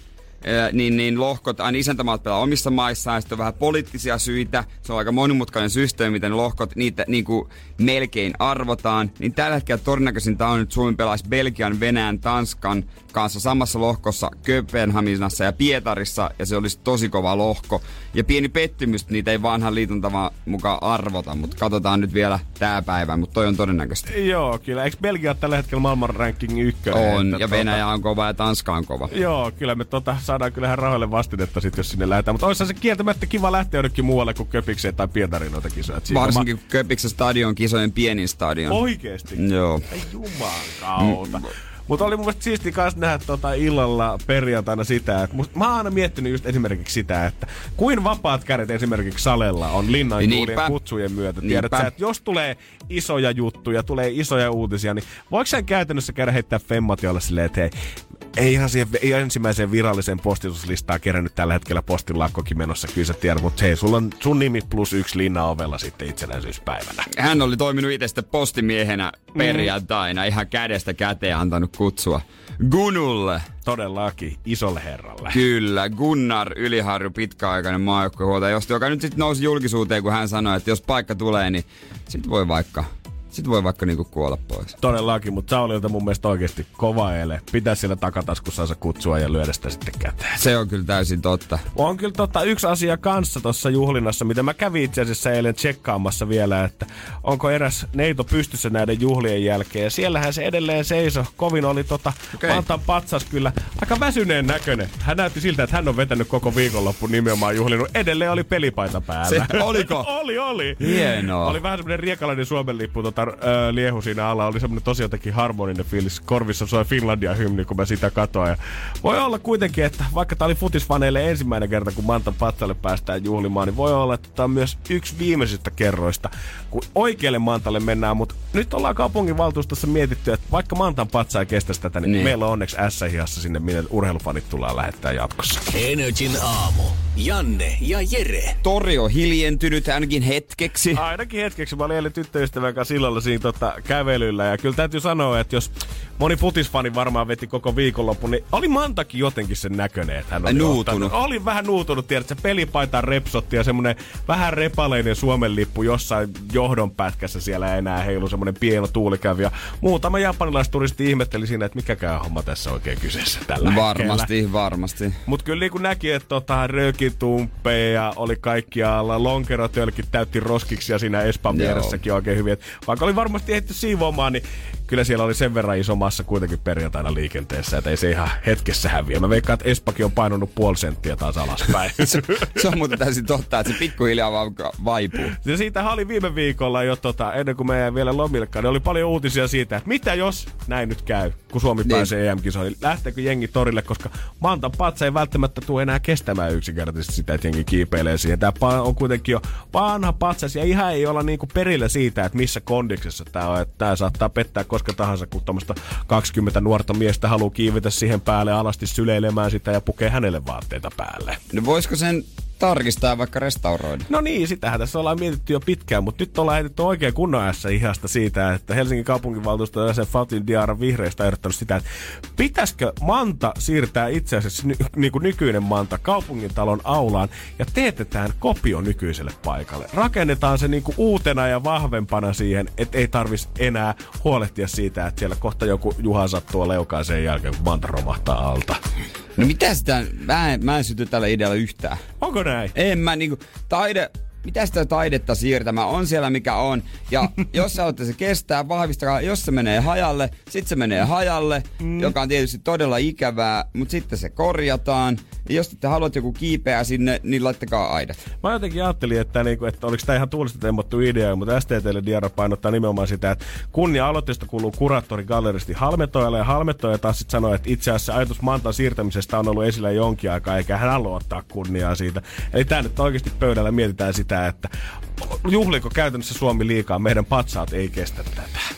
niin, niin lohkot, aina isäntämaat pelaa omissa maissaan, ja sitten on vähän poliittisia syitä. Se on aika monimutkainen systeemi, miten ne lohkot niitä niin kuin melkein arvotaan. Niin tällä hetkellä todennäköisintä on, että Suomi pelaisi Belgian, Venäjän, Tanskan kanssa samassa lohkossa Kööpenhaminassa ja Pietarissa, ja se olisi tosi kova lohko. Ja pieni pettymys, niitä ei vanhan liituntavan mukaan arvota, mutta katsotaan nyt vielä tää päivä, mutta toi on todennäköistä. Joo, kyllä. Eikö Belgia ole tällä hetkellä maailman ranking ykkönen? On, ja Venäjä on kova ja Tanska on kova. Joo, kyllä me tota, saadaan kyllähän rahoille vastinetta sit, jos sinne lähdetään. Mutta olisi se kieltämättä kiva lähteä jonnekin muualle kuin Köpikseen tai Pietariin noita kisoja. Varsinkin ma- Köpiksen stadion kisojen pienin stadion. Oikeesti? Joo. Ei juman kautta. Mm. Mutta oli mun mielestä siistiä kans nähdä tota illalla perjantaina sitä, että must, mä oon aina miettinyt just esimerkiksi sitä, että kuin vapaat kädet esimerkiksi Salella on linnan juhlien kutsujen myötä. Tiedät sä, että jos tulee isoja juttuja, tulee isoja uutisia, niin voiko sä käytännössä käydä heittää femmat ja olla silleen, että hei, ei ihan siihen ei ensimmäiseen viralliseen postituslistaan kerännyt tällä hetkellä postin lakkokin menossa, kyllä sä tiedät, mutta hei, sulla on sun nimi plus yksi linna ovella sitten itsenäisyyspäivänä. Hän oli toiminut itse sitten postimiehenä perjantaina, mm. ihan kädestä käteen antanut kutsua Gunulle. Todellakin, isolle herralle. Kyllä, Gunnar Yliharju, pitkäaikainen maajoukkuehuoltaja, joka nyt sitten nousi julkisuuteen, kun hän sanoi, että jos paikka tulee, niin sit voi vaikka... Sitten voi vaikka niinku kuolla pois. Todellakin, mutta Saulilta mun mielestä oikeesti kova ele. Pitää siellä takataskussansa kutsua ja lyödä sitä sitten käteen. Se on kyllä täysin totta. On kyllä totta yksi asia kanssa tuossa juhlinnassa, mitä mä kävin itse asiassa eilen tsekkaamassa vielä, että onko eräs neito pystyssä näiden juhlien jälkeen. Ja siellähän se edelleen seiso. Kovin oli tota okay. Mantan patsas kyllä aika väsyneen näköinen. Hän näytti siltä, että hän on vetänyt koko viikonloppu nimenomaan juhlinut. Edelleen oli pelipaita päällä. Se, oliko? oli, oli. Hienoa. Oli vähän semmoinen riekalainen Suomen lippu tota, ö, liehu siinä alla. Oli semmoinen tosi jotenkin harmoninen fiilis. Korvissa soi Finlandia-hymni, kun mä sitä katoin. Ja voi olla kuitenkin, että vaikka tää oli futisfaneille ensimmäinen kerta, kun Mantan patsalle päästään juhlimaan, niin voi olla, että tää on myös yksi viimeisistä kerroista, kun oikealle Mantalle mennään. Mutta nyt ollaan kaupunginvaltuustossa mietitty, että vaikka Mantan patsa ei kestäisi tätä, niin, niin meillä on onneksi S-hihassa sinne, minne urheilufanit tullaan lähettää jatkossa. Energin aamu. Janne ja Jere. Tori on hiljentynyt ainakin hetkeksi. Ainakin hetkeksi. Mä olin eilen tyttöystävän kanssa illalla siinä tota, kävelyllä. Ja kyllä täytyy sanoa, että jos moni futisfani varmaan veti koko viikonlopun, niin oli Mantakin jotenkin sen näköinen, että hän oli nuutunut. Ottanut. Oli vähän nuutunut, tiedätkö, pelipaita repsotti ja semmonen vähän repaleinen Suomen lippu jossain johdon pätkässä siellä ei enää heilu, semmonen pieno tuulikävi. Ja muutama japanilaisturisti ihmetteli siinä, että mikäkään homma tässä oikein kyseessä tällä Varmasti, hetkellä. varmasti. Mut kyllä niin kuin näki, että tota, röökitumpeja oli kaikkialla, lonkerotölkit täytti roskiksi ja siinä Espan vieressäkin oikein hyvin. Et vaikka oli varmasti ehditty siivoamaan, niin kyllä siellä oli sen verran iso massa kuitenkin perjantaina liikenteessä, että ei se ihan hetkessä häviä. Mä veikkaan, että Espakin on painunut puoli senttiä taas alaspäin. se, se on muuten täysin totta, että se pikkuhiljaa vaan vaipuu. Ja siitä oli viime viikolla jo, tota, ennen kuin me vielä lomillekaan, niin oli paljon uutisia siitä, että mitä jos näin nyt käy, kun Suomi niin pääsee E M-kisoihin. Lähteekö jengi torille, koska Mantan patsa ei välttämättä tule enää kestämään yksinkertaisesti sitä, että jengi kiipeilee siihen. Tää on kuitenkin jo vanha patsas ja ihan ei olla niinku perillä siitä, että missä kondiksessa tää on. Että tää saattaa pettää koska tahansa, kun tommoista kaksikymmentä nuorta miestä haluaa kiivetä siihen päälle alasti syleilemään sitä ja pukee hänelle vaatteita päälle. No voisiko sen tarkistaa vaikka restauroida? No niin, sitähän tässä ollaan mietitty jo pitkään, mutta nyt ollaan heitetty oikein kunnon S-ihasta siitä, että Helsingin kaupunginvaltuuston jäsen Fatin Diarra vihreistä on ehdottanut sitä, että pitäisikö Manta siirtää itse asiassa ny- niin kuin nykyinen Manta kaupungintalon aulaan ja teetetään kopio nykyiselle paikalle. Rakennetaan se niin kuin uutena ja vahvempana siihen, että ei tarvitsisi enää huolehtia siitä, että siellä kohta joku Juha sattuu leukaan sen jälkeen, kun Manta romahtaa alta. No mitä sitä, mä en, mä en syty tällä idealla yhtään. Onko näin? En mä niinku, taide, mitä sitä taidetta siirtämään, on siellä mikä on. Ja jos sä olette se kestää, vahvistakaa, jos se menee hajalle, sit se menee hajalle, mm. joka on tietysti todella ikävää, mutta sitten se korjataan. Ja jos te haluat joku kiipeä sinne, niin laittakaa aidat. Mä jotenkin ajattelin, että, niinku, että oliko tämä ihan tuulista temmottu idea, mutta S T T:lle Diarra painottaa nimenomaan sitä, että kunnia-aloitteesta kuuluu kuraattori galleristi Halmetojalle, ja Halmetoja taas sitten sanoi, että itse asiassa ajatus Mantan siirtämisestä on ollut esillä jonkin aikaa, eikä hän halua ottaa kunniaa siitä. Eli tää nyt oikeasti pöydällä mietitään sitä, että juhliko käytännössä Suomi liikaa, meidän patsaat ei kestä tätä.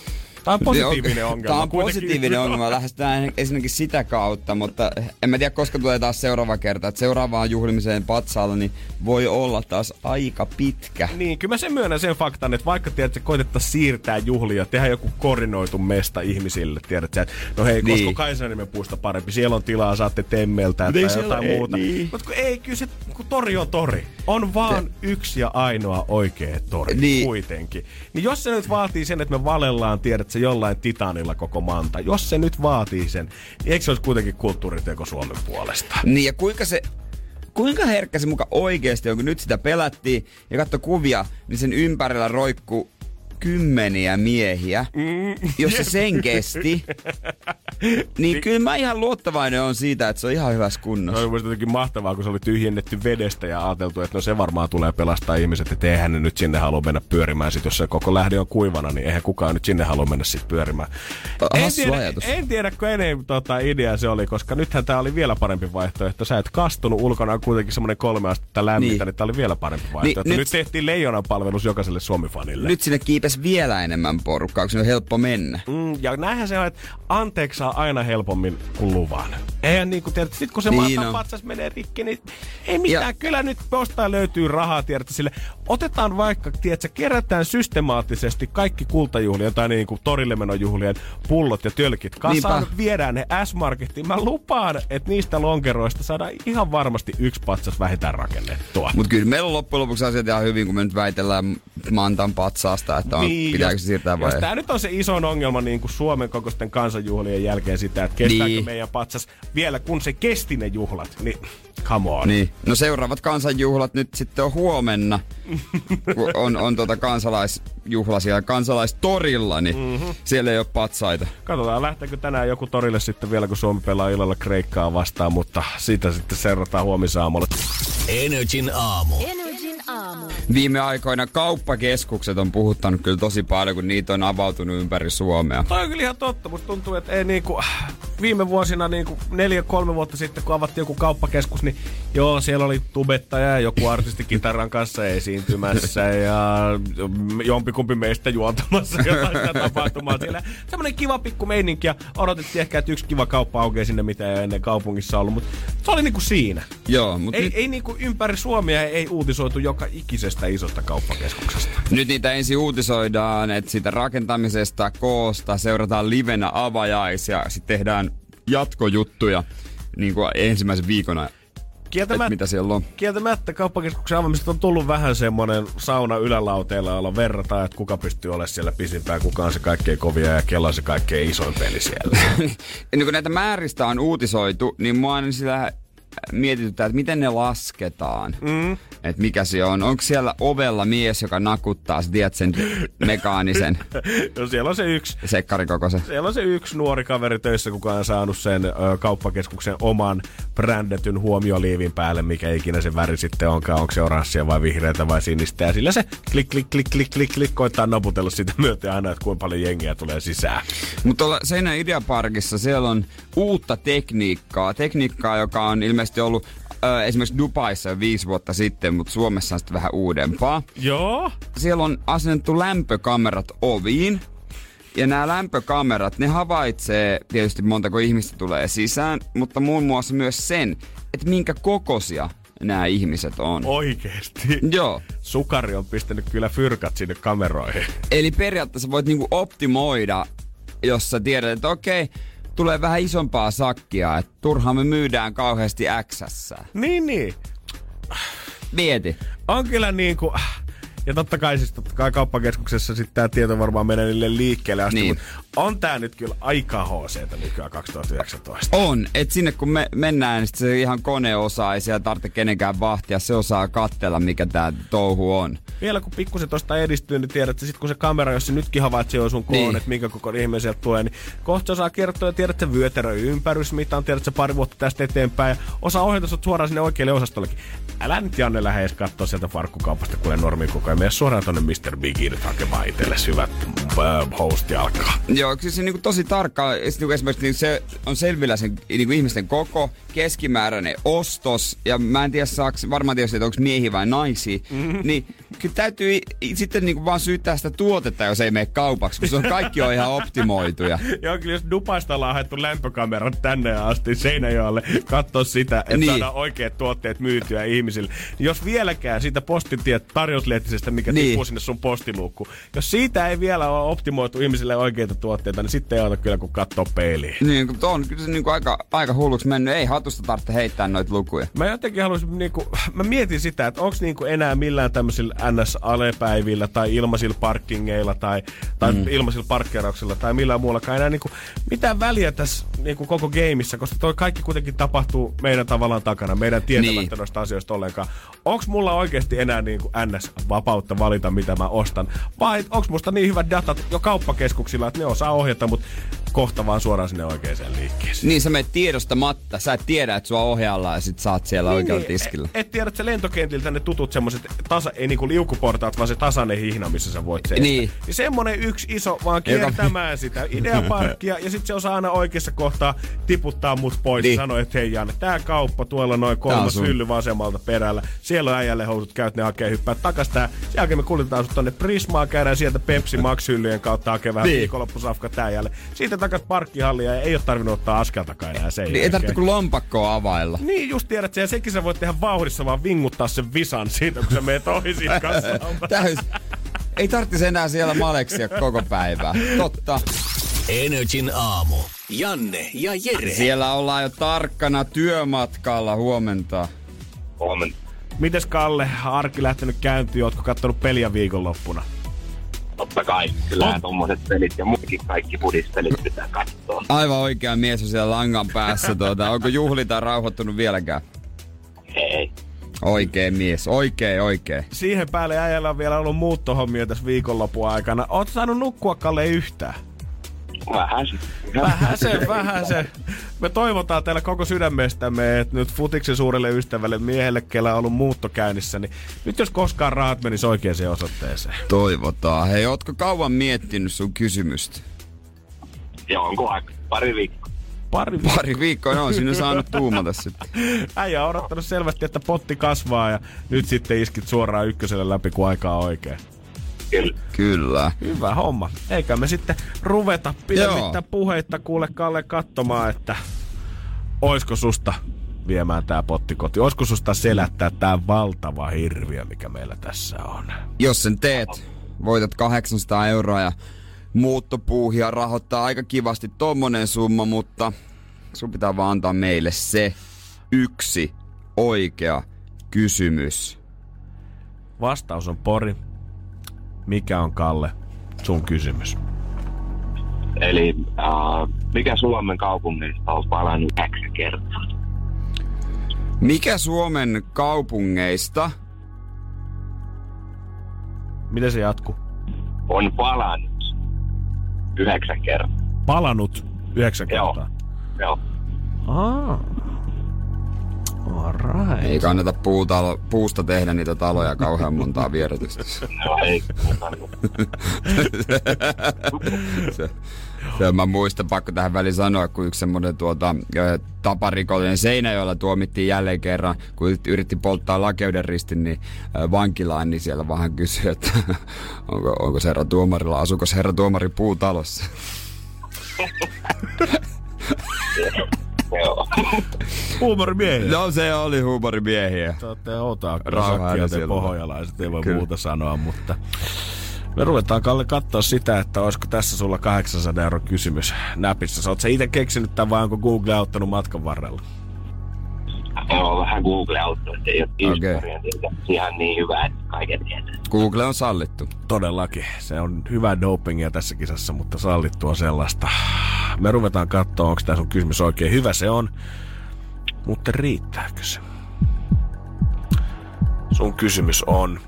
Tää on positiivinen ongelma. Tää on positiivinen ongelma. Lähdetään ensinnäkin sitä kautta, mutta en mä tiedä, koska tulee taas seuraava kerta. Että seuraavaan juhlimiseen patsaalla niin voi olla taas aika pitkä. Niin, kyllä mä sen myönnän sen faktan, että vaikka tiedät, koitettaisiin siirtää juhlia, tehdä joku koordinoitu mesta ihmisille, tiedät sä, että no hei, niin. koska Kaisaniemen puisto parempi, siellä on tilaa, saatte temmeltää tai jotain ei, muuta. Niin. Mutta kun ei, kyllä se, kun tori on tori. On vaan se... yksi ja ainoa oikea tori niin. kuitenkin. Niin jos se nyt vaatii sen, että me valellaan, tiedät sä, jollain Titanilla koko manta, jos se nyt vaatii sen, niin eikö se olisi kuitenkin kulttuuriteko Suomen puolesta? Niin, ja kuinka se... Kuinka herkkä se muka oikeesti on, kun nyt sitä pelättiin ja katso kuvia, niin sen ympärillä roikkuu kymmeniä miehiä, mm, jos se sen kesti, niin kyllä mä ihan luottavainen on siitä, että se on ihan hyvässä kunnossa. Se oli musta jotenkin mahtavaa, kun se oli tyhjennetty vedestä ja ajateltu, että no se varmaan tulee pelastaa ihmiset, että eihän ne nyt sinne halua mennä pyörimään. Sitten jos se koko lähde on kuivana, niin eihän kukaan nyt sinne halua mennä sitten pyörimään. En tiedä, en tiedä, kun enemmän tota idea se oli, koska nythän tää oli vielä parempi vaihtoehto. Sä et kastunut, ulkona on kuitenkin semmoinen kolme astetta lämmintä, niin, niin tää oli vielä parempi vaihtoehto. Niin, nyt, nyt tehtiin leijonan palvelus jokaiselle Suomi-fanille. Nyt sinne kiipe vielä enemmän porukkaa, kun se on helppo mennä. Mm, ja näinhän se on, että anteeksi saa aina helpommin kuin luvan. Eihän niinku, tiedät, sit kun se niin maatan patsas menee rikki, niin ei mitään. Ja kyllä nyt jostain löytyy rahaa, tiedät, sille. Otetaan vaikka, tiedätkö, kerätään systemaattisesti kaikki kultajuhlien tai niinku torille menojuhlien pullot ja tölkit kasaan. Niinpä. Viedään ne S-Markettiin. Mä lupaan, että niistä lonkeroista saadaan ihan varmasti yksi patsas vähintään rakennettua. Mut kyllä meillä on loppujen lopuksi asiat ihan hyvin, kun me nyt väitellään Mantan patsaasta, että on, niin, pitääkö se siirtää vai? Jos tää nyt on se iso ongelma niin kuin Suomen kokoisten kansanjuhlien jälkeen sitä, että kestääkö niin meidän patsas vielä, kun se kesti ne juhlat, niin come on. Niin. No seuraavat kansanjuhlat nyt sitten on huomenna, kun on, on tuota kansalaisjuhla siellä kansalaistorilla, niin mm-hmm. siellä ei ole patsaita. Katsotaan, lähteekö tänään joku torille sitten vielä, kun Suomi pelaa illalla Kreikkaa vastaan, mutta siitä sitten seurataan huomisaamulla. Energin aamu. Energin aamu. Viime aikoina kauppakeskukset on puhuttanut kyllä tosi paljon, kun niitä on avautunut ympäri Suomea. Toi on kyllä ihan totta. Musta tuntuu, että ei niinku, viime vuosina niinku neljä, kolme vuotta sitten, kun avattiin joku kauppakeskus, niin joo, siellä oli tubettaja ja joku artisti kitaran kanssa esiintymässä ja jompikumpi meistä juontamassa jotain tapahtumaa siellä. Semmoinen kiva pikku meininki ja odotettiin ehkä, että yksi kiva kauppa aukeaa sinne, mitä ei ennen kaupungissa ollut, mutta se oli niinku siinä. Joo, mutta ei, nyt... ei niinku ympäri Suomea ei uutisoitu joka ikisestä isosta kauppakeskuksesta. Nyt niitä ensin uutisoidaan, että siitä rakentamisesta, koosta seurataan livenä avajaisia ja sitten tehdään jatkojuttuja niin kuin ensimmäisen viikon, että mitä siellä on. Kieltämättä kauppakeskuksen avaamisesta on tullut vähän semmoinen sauna ylälauteella, jolla verrataan, että kuka pystyy olemaan siellä pisimpään, kuka on se kaikkein kovia ja kello on se kaikkein isoin peli siellä. Ja kun näitä määristä on uutisoitu, niin mua on sillä mietitytään, että miten ne lasketaan. Mm. Että mikä se on. Onko siellä ovella mies, joka nakuttaa, sä tiedät sen mekaanisen? No siellä on se yksi. Sekkarikokoisen. Siellä on se yksi nuori kaveri töissä, kuka on saanut sen ö, kauppakeskuksen oman brändetyn huomioliivin päälle, mikä ikinä se väri sitten onkaan. Onko se oranssia vai vihreätä vai sinistä. Ja sillä se klik, klik, klik, klik, klik, klik koittaa naputella sitä myöten aina, että kuinka paljon jengiä tulee sisään. Mutta tuolla Seinäjoen Ideaparkissa siellä on uutta tekniikkaa. Tekniikkaa, joka on ilmeisesti ollut ö, esimerkiksi Dubaissa jo viisi vuotta sitten, mutta Suomessa on sitten vähän uudempaa. Joo. Siellä on asennettu lämpökamerat oviin. Ja nämä lämpökamerat, ne havaitsee tietysti montako ihmistä tulee sisään, mutta muun muassa myös sen, että minkä kokoisia nämä ihmiset on. Oikeesti? Joo. Sukari on pistänyt kyllä fyrkat sinne kameroihin. Eli periaatteessa voit niinku optimoida, jos sä tiedät, että okei, tulee vähän isompaa sakkia, että turhaan me myydään kauheasti X:ssä. Niin, niin. Mieti. On kyllä niinku... Ja totta kai siis totta kai kauppakeskuksessa sitten tää tieto varmaan menee niille liikkeelle asti, niin. Mutta on tää nyt kyllä aika H C:tä nykyään kaksituhattayhdeksäntoista. On, että sinne kun me mennään, niin se ihan kone osaa, ei siellä tarvitse kenenkään vahtia, se osaa katsella, mikä tää touhu on. Vielä kun pikkusen tosta edistyy, niin tiedät, että sit kun se kamera, jos se nytkin havaitsee sun koon, niin. Että minkä koko ihminen sieltä tulee, niin kohta osaa kertoa ja tiedät, että se vyötäröi ympärys, mitä on, tiedät, että se pari vuotta tästä eteenpäin ja osaa ohjata sut suoraan sinne oikealle osastollekin. Älä nyt Janne lähde edes kattoo sieltä farkkukaupasta, kun normii koko ajan mene suoraan tonne mister Bigin nyt hakemaan itsellesi hyvät äh, hosti alkaa. Joo, siis se niinku tosi tarkkaa. Esimerkiksi niin se on selvillä sen niinku ihmisten koko, keskimääräinen ostos. Ja mä en tiedä saaks, varmaan tietysti, että onko miehiä vai naisia. Mm-hmm. Niin kyllä täytyy sitten niinku vaan syyttää sitä tuotetta, jos ei mene kaupaksi, kun se on kaikki on ihan optimoituja. Joo, kyllä jos Dubaista ollaan haettu lämpökamerat tänne asti Seinäjoelle, katsoa sitä, että niin. saadaan oikeat tuotteet myytyä ihmisille. Jos vieläkään siitä postitiet tarjouslehtisestä, mikä niin. tippuu sinne sun postiluukkuun, jos siitä ei vielä ole optimoitu ihmisille oikeita tuotteita, niin sitten ei auta kyllä kun katsoo peiliin. Niin, kun on kyllä se niinku aika, aika hulluksi mennyt. Ei hatusta tarvitse heittää noita lukuja. Mä jotenkin haluaisin, niinku, mä mietin sitä, että onko niinku enää millään tämmöisillä N S-alepäivillä tai ilmaisilla parkingeilla tai, tai mm. ilmaisilla parkkeerauksilla tai millään muullakaan enää niinku mitään väliä tässä niinku koko gameissa, koska toi kaikki kuitenkin tapahtuu meidän tavallaan takana, meidän tietämättä niin. noista asioista ollenkaan. Onks mulla oikeasti enää niinku N S-vapautta valita, mitä mä ostan? Vai onks musta niin hyvät datat jo kauppakeskuksilla, että ne osaa ohjata mut kohta vaan suoraan sinne oikeeseen liikkeeseen? Niin, sä menet tiedostamatta. Sä et tiedä, että sua ohjalla ja sit saat siellä niin, oikealla niin, tiskillä. Et, et tiedä, että se lentokentiltä ne tutut semmoset, tasa, ei niinku liukuportaat, vaan se tasainen hihna, missä sä voit seistä. Niin. Niin semmonen yksi iso, vaan kiertämään Joka... sitä ideaparkkia ja sit se osaa aina oikeassa kohtaa tiputtaa mut pois niin. ja sanoa, että hei Janne, tää kauppa tuolla noin kolmas hylly vasemmalta perällä. Siellä on äijälle housut, käyt ne hakee, hyppää takas tää. Sen jälkeen me kuljetetaan sut tonne Prismaa, käydään sieltä Pepsi Max-hyllyjen kautta hakee vähän niin. viikonloppusafka tää jälle. Siitä takas parkkihallia ja ei oo tarvinnut ottaa askeltakaan enää sen niin, ei tarvitse kuin lompakkoa availla. Niin, just tiedät sen. Ja sekin sä voit tehdä vauhdissa vaan vinguttaa sen visan siitä, kun sä meet ohi siitä kassalta. Täys. Ei tarvitsisi enää siellä maleksia koko päivää. Totta. Energin aamu. Janne ja Jere. Siellä ollaan jo tarkkana työmatkalla. Huomenta. Huomenta. Mites Kalle, arki lähtenyt käyntiin? Ootko kattonut peliä viikonloppuna? Totta kai. Kyllähän oh. tommoset pelit ja muutkin kaikki budispelit pitää katsoa. Aivan oikea mies on siellä langan päässä. Tuota. Onko juhlita rauhoittunut vieläkään? Ei. Oikein mies. Oikein, oikein. Siihen päälle äijällä on vielä ollut muuttohommia tässä viikonlopun aikana. Ootko saanut nukkua, Kalle, yhtään? Vähän se. Vähän se, vähän se. Me toivotaan teillä koko sydämestämme, että nyt futiksen suurelle ystävälle miehelle, kellä on ollut muutto käynnissä, niin nyt jos koskaan rahat menis oikeaan osoitteeseen. Toivotaan. Hei, ootko kauan miettinyt sun kysymystä? Joo, onko aika? Pari viikkoa. Pari viikkoa. Pari viikkoa, no on sinne saanut tuumata sitten. Äijä on odottanut selvästi, että potti kasvaa ja nyt sitten iskit suoraan ykköselle läpi, kun aikaa oikein. Kyllä. Kyllä. Hyvä homma. Eikä me sitten ruveta pidemmittä puheitta kuule Kalle katsomaan, että oisko susta viemään tää potti kotiin. Oisko susta selättää tää valtava hirviö, mikä meillä tässä on. Jos sen teet, voitat kahdeksansataa euroa ja muuttopuuhia rahoittaa aika kivasti tommonen summa, mutta sun pitää vaan antaa meille se yksi oikea kysymys. Vastaus on Pori. Mikä on, Kalle, sun kysymys? Eli äh, mikä Suomen kaupungista on palannut yhdeksän kertaa? Mikä Suomen kaupungeista? Miten se jatkuu? On palannut yhdeksän kertaa. Palannut yhdeksän Joo. kertaa? Joo. Ah. Alright. Ei kannata puutalo, puusta tehdä niitä taloja kauhean montaa vierotystä. No ei. se, se mä muistan, pakko tähän väliin sanoa, kun yksi semmonen tuota, taparikollinen Seinäjoella tuomittiin jälleen kerran, kun yritti polttaa Lakeuden ristin niin vankilaan, niin siellä vähän kysyi, että onko, onko se herra tuomarilla, asuuko se herra tuomari puutalossa? Joo. Huumorimiehiä. No se oli huumorimiehiä. Te ootte outaa sakkia te pohjalaiset, ei voi Kyllä. muuta sanoa, mutta me ruvetaan, Kalle, katsoa sitä, että olisiko tässä sulla kahdeksansadan euron kysymys näpissä. Oot sä ite keksinyt tämän vai onko Google auttanut matkan varrella? Joo, vähän Google auttanut, ei ole historian okay. ihan niin hyvä, että kaiken tietää. Google on sallittu. Todellakin. Se on hyvää dopingia tässä kisassa, mutta sallittua sellaista. Me ruvetaan katsoa, onko tämä sun kysymys oikein hyvä. Se on, mutta riittääkö se? Sun kysymys on...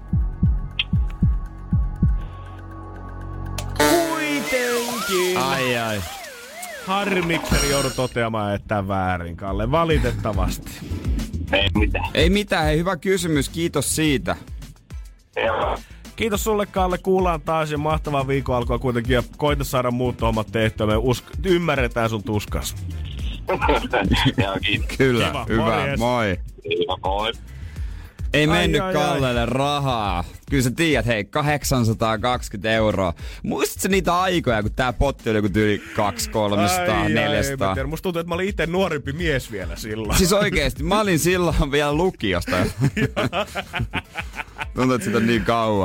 Kuitenkin! Ai ai. Harmikseni joudun toteamaan, että väärin, Kalle. Valitettavasti. Ei mitään. Ei mitään. Hei, hyvä kysymys. Kiitos siitä. Joo. Kiitos sulle, Kalle. Kuullaan taas ja mahtavaa viikon alkua kuitenkin. Ja koita saada muuttohommat tehtyä. Me usk- ymmärretään sun tuskas. Joo, kiitos. Kyllä, Kiva, hyvä, morjes. moi. Hyvä, moi. Ei Ai, mennyt ai, Kallelle ai. rahaa. Kyllä sä tiedät, hei, kahdeksansataakaksikymmentä euroa. Muistatko niitä aikoja, kun tää potti oli joku tyyli kaksisataa, kolmesataa, ai, neljäsataa? Ai, musta tuntuu, että mä olin itse nuorimpi mies vielä silloin. Siis oikeesti, mä olin silloin vielä lukiosta. Tuntuu, että sitä on niin kauan.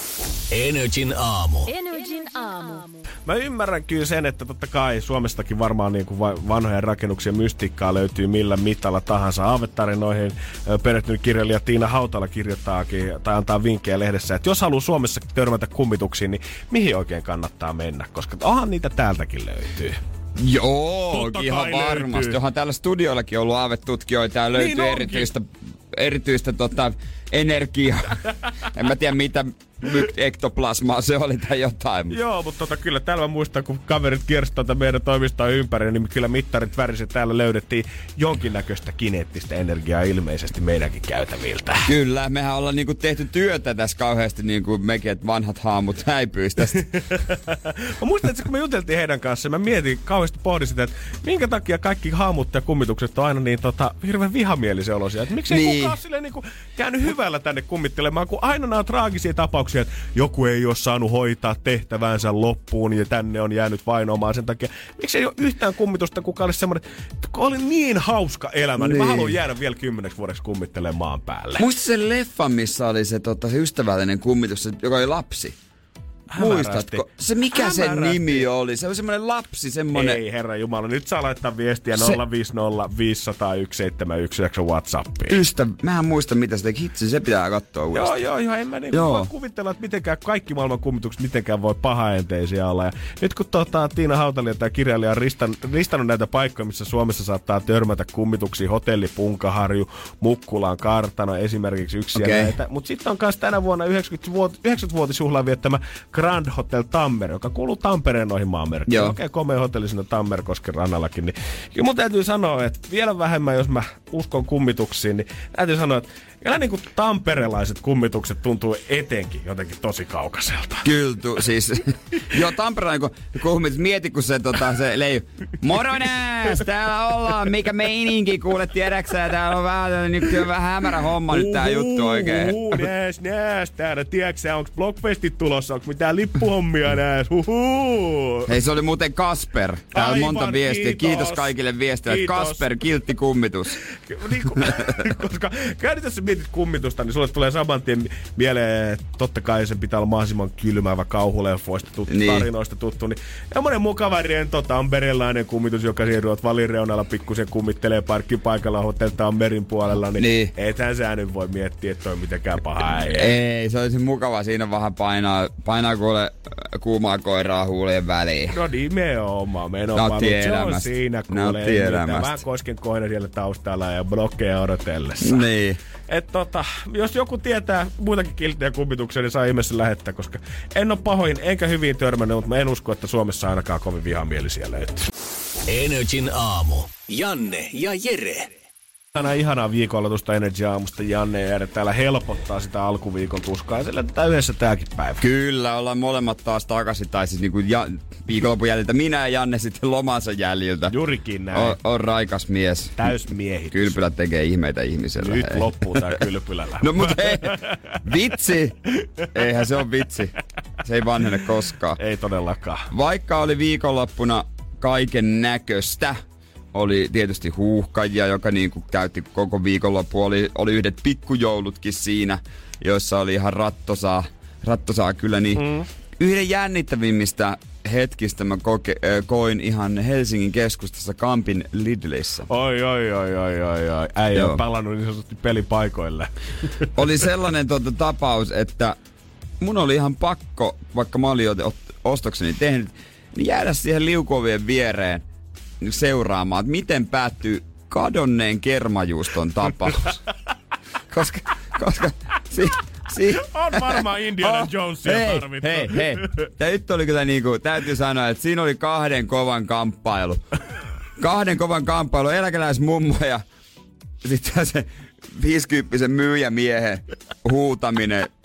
Energin aamu. Energin aamu. Mä ymmärrän kyllä sen, että totta kai Suomestakin varmaan niin kuin vanhoja rakennuksia mystiikkaa löytyy millä mitalla tahansa. Aavetarinoihin perehtynyt kirjailija Tiina Hautala kirjoittaakin tai antaa vinkkejä lehdessä, että jos haluaa Suomessa törmätä kummituksiin, niin mihin oikein kannattaa mennä? Koska onhan niitä täältäkin löytyy. Joo, Totta ihan kai varmasti. löytyy. Onhan täällä studioillakin ollut aavetutkijoita ja löytyy Niin erityistä, erityistä tota, energiaa. En mä tiedä mitä myk- ektoplasmaa se oli tai jotain. Mutta. Joo, mutta tota, kyllä täällä mä muistan, kun kaverit kiersi tuota meidän toimistoa ympäri, niin kyllä mittarit väriset täällä löydettiin jonkinnäköistä kineettistä energiaa ilmeisesti meidänkin käytäviltä. Kyllä, mehän ollaan niinku tehty työtä tässä kauheasti niinku mekin, että vanhat haamut häipyis tästä. Mä muistan, että kun me juteltiin heidän kanssa, mä mietin kauheasti pohdin sitä, että minkä takia kaikki haamut ja kummitukset on aina niin tota, hirveän vihamielisen olosia. Että miksei Niin. kukaan silleen niinku käynyt hyvällä tänne kummittelemaan, kun aina nämä on traagisia tapauksia, että joku ei ole saanut hoitaa tehtävänsä loppuun ja tänne on jäänyt vainoamaan sen takia. Miksei ole yhtään kummitusta, kuka olisi semmoinen, että kun oli niin hauska elämä, niin, niin mä haluan jäädä vielä kymmeneksi vuodeksi kummittelemaan maan päälle. Muistat sen leffan, missä oli se, tota, se ystävällinen kummitus, se, joka oli lapsi? Muistatko? Se mikä sen Hämärästi. nimi oli? Se oli semmoinen lapsi, semmoinen... Ei herra jumala, nyt saa laittaa viestiä Se- nolla viisi nolla viisi nolla nolla yksi seitsemän yksi yhdeksän WhatsAppiin. Ystävä, mähän muista mitä se teki. Hitsi, se pitää katsoa Joo, uudestaan. joo, joo, en mä niin Joo. voi kuvitella, että mitenkään kaikki maailman kummitukset mitenkään voi pahaenteisiä olla. Ja nyt kun tota, Tiina Hautala, tämä kirjailija, on ristan, listannut näitä paikkoja, missä Suomessa saattaa törmätä kummituksiin, hotelli Punkaharju, Mukkulaan, Kartano esimerkiksi yksi Okei. ja näitä. Mutta sitten on myös tänä vuonna yhdeksänkymmentävuotisjuhlaa viettämä Grand Hotel Tampere, joka kuuluu Tampereen noihin maamerkkiin. Joo. Okei, komea hotelli siinä Tammerkosken rannallakin. Niin, kyllä mun täytyy sanoa, että vielä vähemmän, jos mä uskon kummituksiin, niin täytyy sanoa, että kyllä niin kuin tamperelaiset kummitukset tuntuu etenkin jotenkin tosi kaukaiselta. Kyllä, tu, siis... Joo, Tampereen kun kuhmit, mieti kun se, tota, se leiju. Moro nääs, täällä ollaan, mikä meininki, kuule, tiedäksä, täällä on vähän, niin kyllä vähän hämärä homma nyt tää juttu oikein. Uhu, nääs, nääs, täällä, tiedäksä, onks Blockfestit tulossa, onks mitään lippuhommia nääs, huhu. Hei, se oli muuten Kasper. Täällä on Aivan, monta viestiä. kiitos. Kiitos kaikille viesteille. Kiitos. Kasper, kiltti kummitus. Niin kuin, koska käydit, jos sä mietit kummitusta, niin sulle tulee saman tien mieleen, että totta kai sen pitää olla mahdollisimman kylmäävä kauhuleffoista tuttu, Niin. tarinoista tuttu. Niin semmoinen mukava rento tamperilainen kummitus, joka siirryt valireunalla pikkusen kummittelee parkkipaikalla Hotel Tammerin puolella, niin, Niin. ethän sä nyt voi miettiä, että toi mitenkään paha äijä. Ei, se olisi mukava. Siinä vähän painaa, painaa kuule äh, kuumaa koiraa huulien väliin. No nimenomaan, menomaan, Nautti mutta se on elämästä. siinä kuulee. Nautti Niin, elämästä. vähän kosken koina siellä taustalla ja blokkeja odotellessa. Niin. Et tota, jos joku tietää muitakin kilttejä kummituksia, niin saa ihmeessä lähettää, koska en ole pahoin enkä hyvin törmännyt, mutta mä en usko, että Suomessa ainakaan kovin vihamielisiä löytyy. Energin aamu. Janne ja Jere. Tänään ihanaa viikonaloitusta Energy-aamusta. Janne ja Jere täällä helpottaa sitä alkuviikon tuskaa ja sillä tätä yhdessä tääkin päivä. Kyllä, ollaan molemmat taas takaisin, tai siis niinku ja, viikonlopun jäljiltä. Minä ja Janne sitten lomansa jäljiltä. Juurikin näin. On, on raikas mies. Täysmiehitys. Kylpylä tekee ihmeitä ihmiselle. Nyt hei. loppuu tää kylpylällä. No mut hei, vitsi! Eihän se on vitsi. Se ei vanhene koskaan. Ei todellakaan. Vaikka oli viikonloppuna kaiken näköistä, oli tietysti huuhkajia, joka niinku käytti koko viikonloppu. Oli, oli yhdet pikkujoulutkin siinä, joissa oli ihan rattosaa, rattosaa kyllä. Niin mm. Yhden jännittävimmistä hetkistä mä koke, äh, koin ihan Helsingin keskustassa Kampin Lidlissä. Oi, oi, oi, oi, oi, oi. Äijä Joo. on palannut niin sanotusti pelipaikoille. Oli sellainen tuota, tapaus, että mun oli ihan pakko, vaikka mä olin jo ot- ostokseni tehnyt, niin jäädä siihen liukuovien viereen seuraamaan, että miten päättyy kadonneen kermajuuston tapaus. koska, koska si, si, On varmaan Indiana Jonesia hei, tarvittu. hei, hei. Tää nyt oli kyllä niinku, täytyy sanoa, että siinä oli kahden kovan kamppailu. Kahden kovan kamppailu, eläkeläismummo ja sitten se viisikymppisen myyjämiehen huutaminen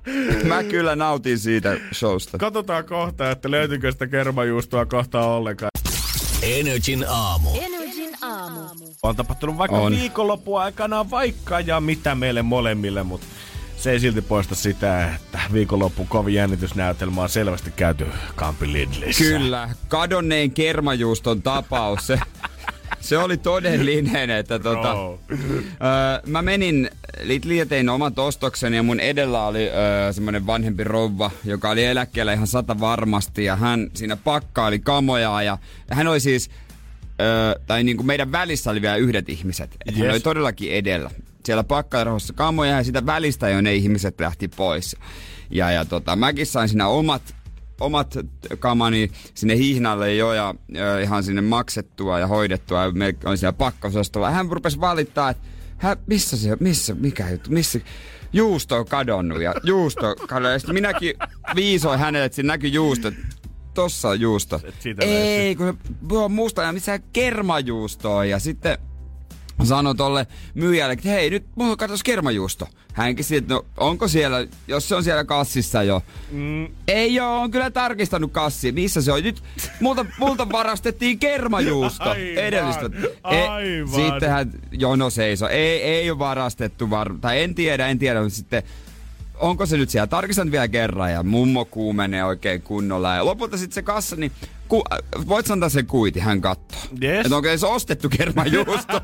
Mä kyllä nautin siitä showsta. Katsotaan kohta, että löytyykö sitä kermajuustoa kohtaan ollenkaan. Energin aamu. Energin aamu. On tapahtunut vaikka on. viikonlopun aikana vaikka ja mitä meille molemmille, mutta se ei silti poista sitä, että viikonlopun kovin jännitysnäytelmä on selvästi käyty Kampin Lidlissä. Kyllä, kadonneen kermajuuston tapaus. Se, se oli todellinen, että tota, öö, mä menin Lidliin ja tein omat ostokseni ja mun edellä oli öö, semmonen vanhempi rouva, joka oli eläkkeellä ihan sata varmasti ja hän siinä pakkaili kamojaa ja hän oli siis, öö, tai niinku meidän välissä oli vielä yhdet ihmiset, että yes. Hän oli todellakin edellä. Siellä pakkailrahossa kamoja ja sitä välistä jo ne ihmiset lähti pois. Ja, ja tota, mäkin sain siinä omat, omat kamani sinne hihnalle jo ja, ja ihan sinne maksettua ja hoidettua. Ja me olin siellä pakkausostolla. Hän rupesi valittaa, että hän, missä se, missä, mikä juttu, missä juusto on kadonnut ja juusto kadonnut. Ja sitten minäkin viisoin hänelle, että siinä näkyi juusto. Tossa on juusto. Ei, kun se on musta ja missä kermajuustoa ja sitten sanoi tolle myyjälle, että hei, nyt mulla katsos kermajuusto. Hänkin siitä, no onko siellä, jos se on siellä kassissa jo. Mm. Ei oo, on kyllä tarkistanut kassi. Missä se on? Nyt multa, multa varastettiin kermajuusto. Aivan, edellistä. aivan. E, sitten hän jono seiso. Ei, ei ole varastettu, var, tai en tiedä, en tiedä, mutta sitten onko se nyt siellä? Tarkistan vielä kerran ja mummo kuumenee oikein kunnolla. Ja lopulta sitten se kassa, niin ku, voit sanoa sen kuiti, hän katsoo. Yes. Että onko se ostettu kermajuusto?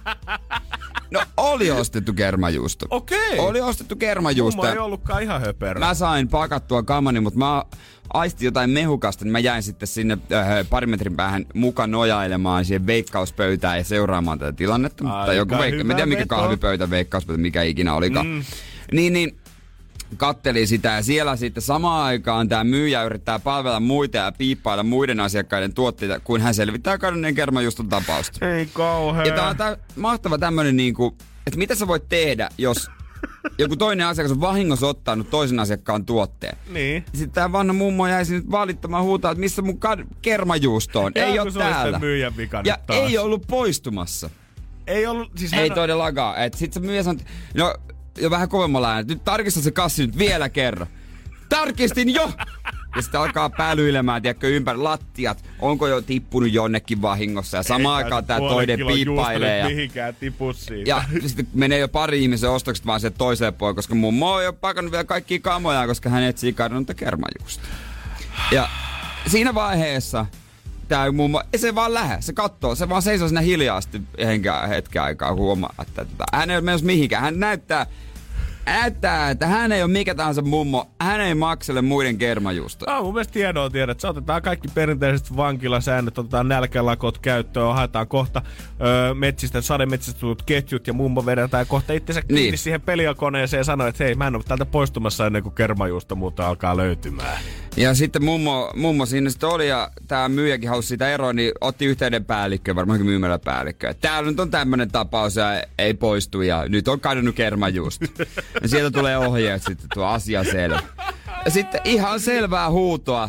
No oli ostettu kermajuusto. Okei. Oli ostettu kermajuusto. Mummo ei ollutkaan ihan höperä. Mä sain pakattua kamani, mutta mä aistin jotain mehukasta, niin mä jäin sitten sinne äh, parin metrin päähän mukaan nojailemaan siihen veikkauspöytään ja seuraamaan tätä tilannetta. Aika tai joku veikka, mä tiedän mikä kahvipöytä, veikkauspöytä, mikä ikinä olikaan. Mm. Niin, niin kattelin sitä ja siellä sitten samaan aikaan tämä myyjä yrittää palvella muita ja piippailla muiden asiakkaiden tuotteita, kun hän selvittää kadonneen kermajuuston tapausta. Ei kauhea. Ja tää on tää mahtava tämmönen niinku, että mitä sä voit tehdä, jos joku toinen asiakas on vahingossa ottanut toisen asiakkaan tuotteen. Niin. Sitten tää vanha mummo jäisi nyt valittamaan huutaa, että missä mun kad- kermajuusto on. Ja ei oo täällä. Myyjän vika ja taas. Ei ollut poistumassa. Ei ollut, siis Ei hän... todellakaan. Et sit se myyjä sanoo, no jo vähän kovemmalla äänellä. Nyt tarkista se kassi nyt vielä kerran. Tarkistin jo! Ja sitten alkaa pälyilemään, tiedätkö, ympäri lattiat. Onko jo tippunut jonnekin vahingossa. Ja samaan aikaan tää toinen piippailee. Ja mihinkään tipu siitä. Ja sitten menee jo pari ihmisen ostokset vaan sieltä toiseen puolelle, koska mummo on jo pakannut vielä kaikkia kamoja, koska hän etsii kadonnutta kermajuusta. Ja siinä vaiheessa tää mummo, se vaan lähde, se kattoo, se vaan seisoo siinä hiljaasti hetken aikaa huomaa, että tota, hän ei ole menossa mihinkään. Hän näyttää, näyttää, että hän ei ole mikä tahansa mummo, hän ei maksele muiden kermajuustoja. Ah, mun mielestä hienoa tiedät, että otetaan kaikki perinteiset vankilasäännöt, otetaan nälkälakot käyttöön, haetaan kohta öö, metsistä, sademetsistä tullut ketjut ja mummo vedetään kohta itsensä kiinni niin siihen peliakoneeseen ja sanoo, että hei, mä en ole täältä poistumassa ennen kuin kermajuusto muuta alkaa löytymään. Ja sitten mummo, mummo siinä sitten oli ja tää myyjäkin halusi siitä eroa, niin otti yhteyden päällikköön, varmaankin myymäläpäällikköön. Täällä nyt on tämmönen tapaus ja ei poistu ja nyt on kadonnut kermajuusto. Ja sieltä tulee ohjeet sitten, tuo asia selvä. Ja sitten ihan selvää huutoa.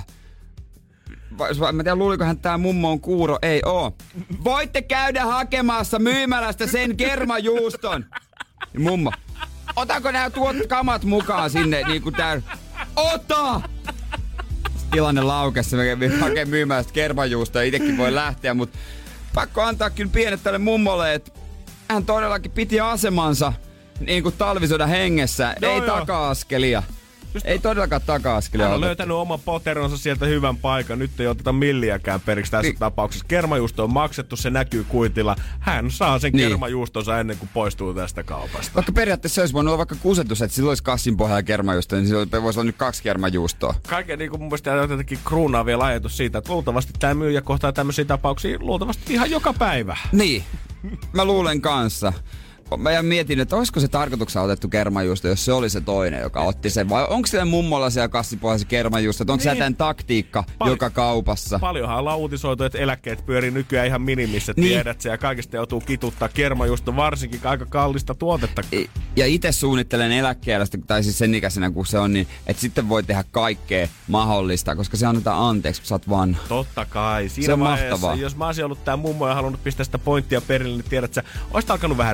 Mä tiedän, luuliko hän tää mummo on kuuro? Ei oo. Voitte käydä hakemassa myymälästä sen kermajuuston. Ja mummo, otanko nää tuot kamat mukaan sinne niinku tää? Ota! Tilanne laukessa, me kävin hakemaan myymälästä kermajuusta ja itekin voi lähteä, mutta pakko antaa kyllä pienet tälle mummolle, että hän todellakin piti asemansa niin kuin talvisodan hengessä, no ei joo. taka-askelia. Just ei todellakaan taka-askelia. Hän on löytänyt oman poteronsa sieltä hyvän paikan. Nyt ei oteta milliäkään periksi tässä niin tapauksessa. Kermajuusto on maksettu, se näkyy kuitilla. Hän saa sen niin kermajuustonsa ennen kuin poistuu tästä kaupasta. Vaikka periaatteessa se olisi voinut olla vaikka kusetus, että sillä olisi kassin pohjalla kermajuusto, niin sillä voisi olla nyt kaksi kermajuustoa. Kaiken niin kuin mun mielestä jotenkin kruunaavia ajatus siitä, että luultavasti tämä myyjä kohtaa tämmöisiä tapauksia luultavasti ihan joka päivä. Niin, mä luulen kanssa. Mä mietin, että olisiko se tarkoituksena otettu kermajuusto, jos se oli se toinen, joka otti sen. Vai onko siellä mummolla siellä kassipohjassa kermajuusto? Onko niin siellä tämän taktiikka Pal- joka kaupassa? Paljonhan ollaan uutisoitu, että eläkkeet pyörii nykyään ihan minimissä, niin tiedät se. Ja kaikista joutuu kituttaa kermajuusto, varsinkin aika kallista tuotetta. Ja itse suunnittelen eläkkeellä, tai siis sen ikäisenä kuin se on, niin että sitten voi tehdä kaikkea mahdollista, koska se annetaan anteeksi, kun sä oot vanha. Totta kai. Siinä se on vaiheessa, mahtavaa. Jos mä olisin ollut tää mummo ja halunnut pistää sitä pointtia perille, niin tiedät sä, olisit alkanut vähän riisua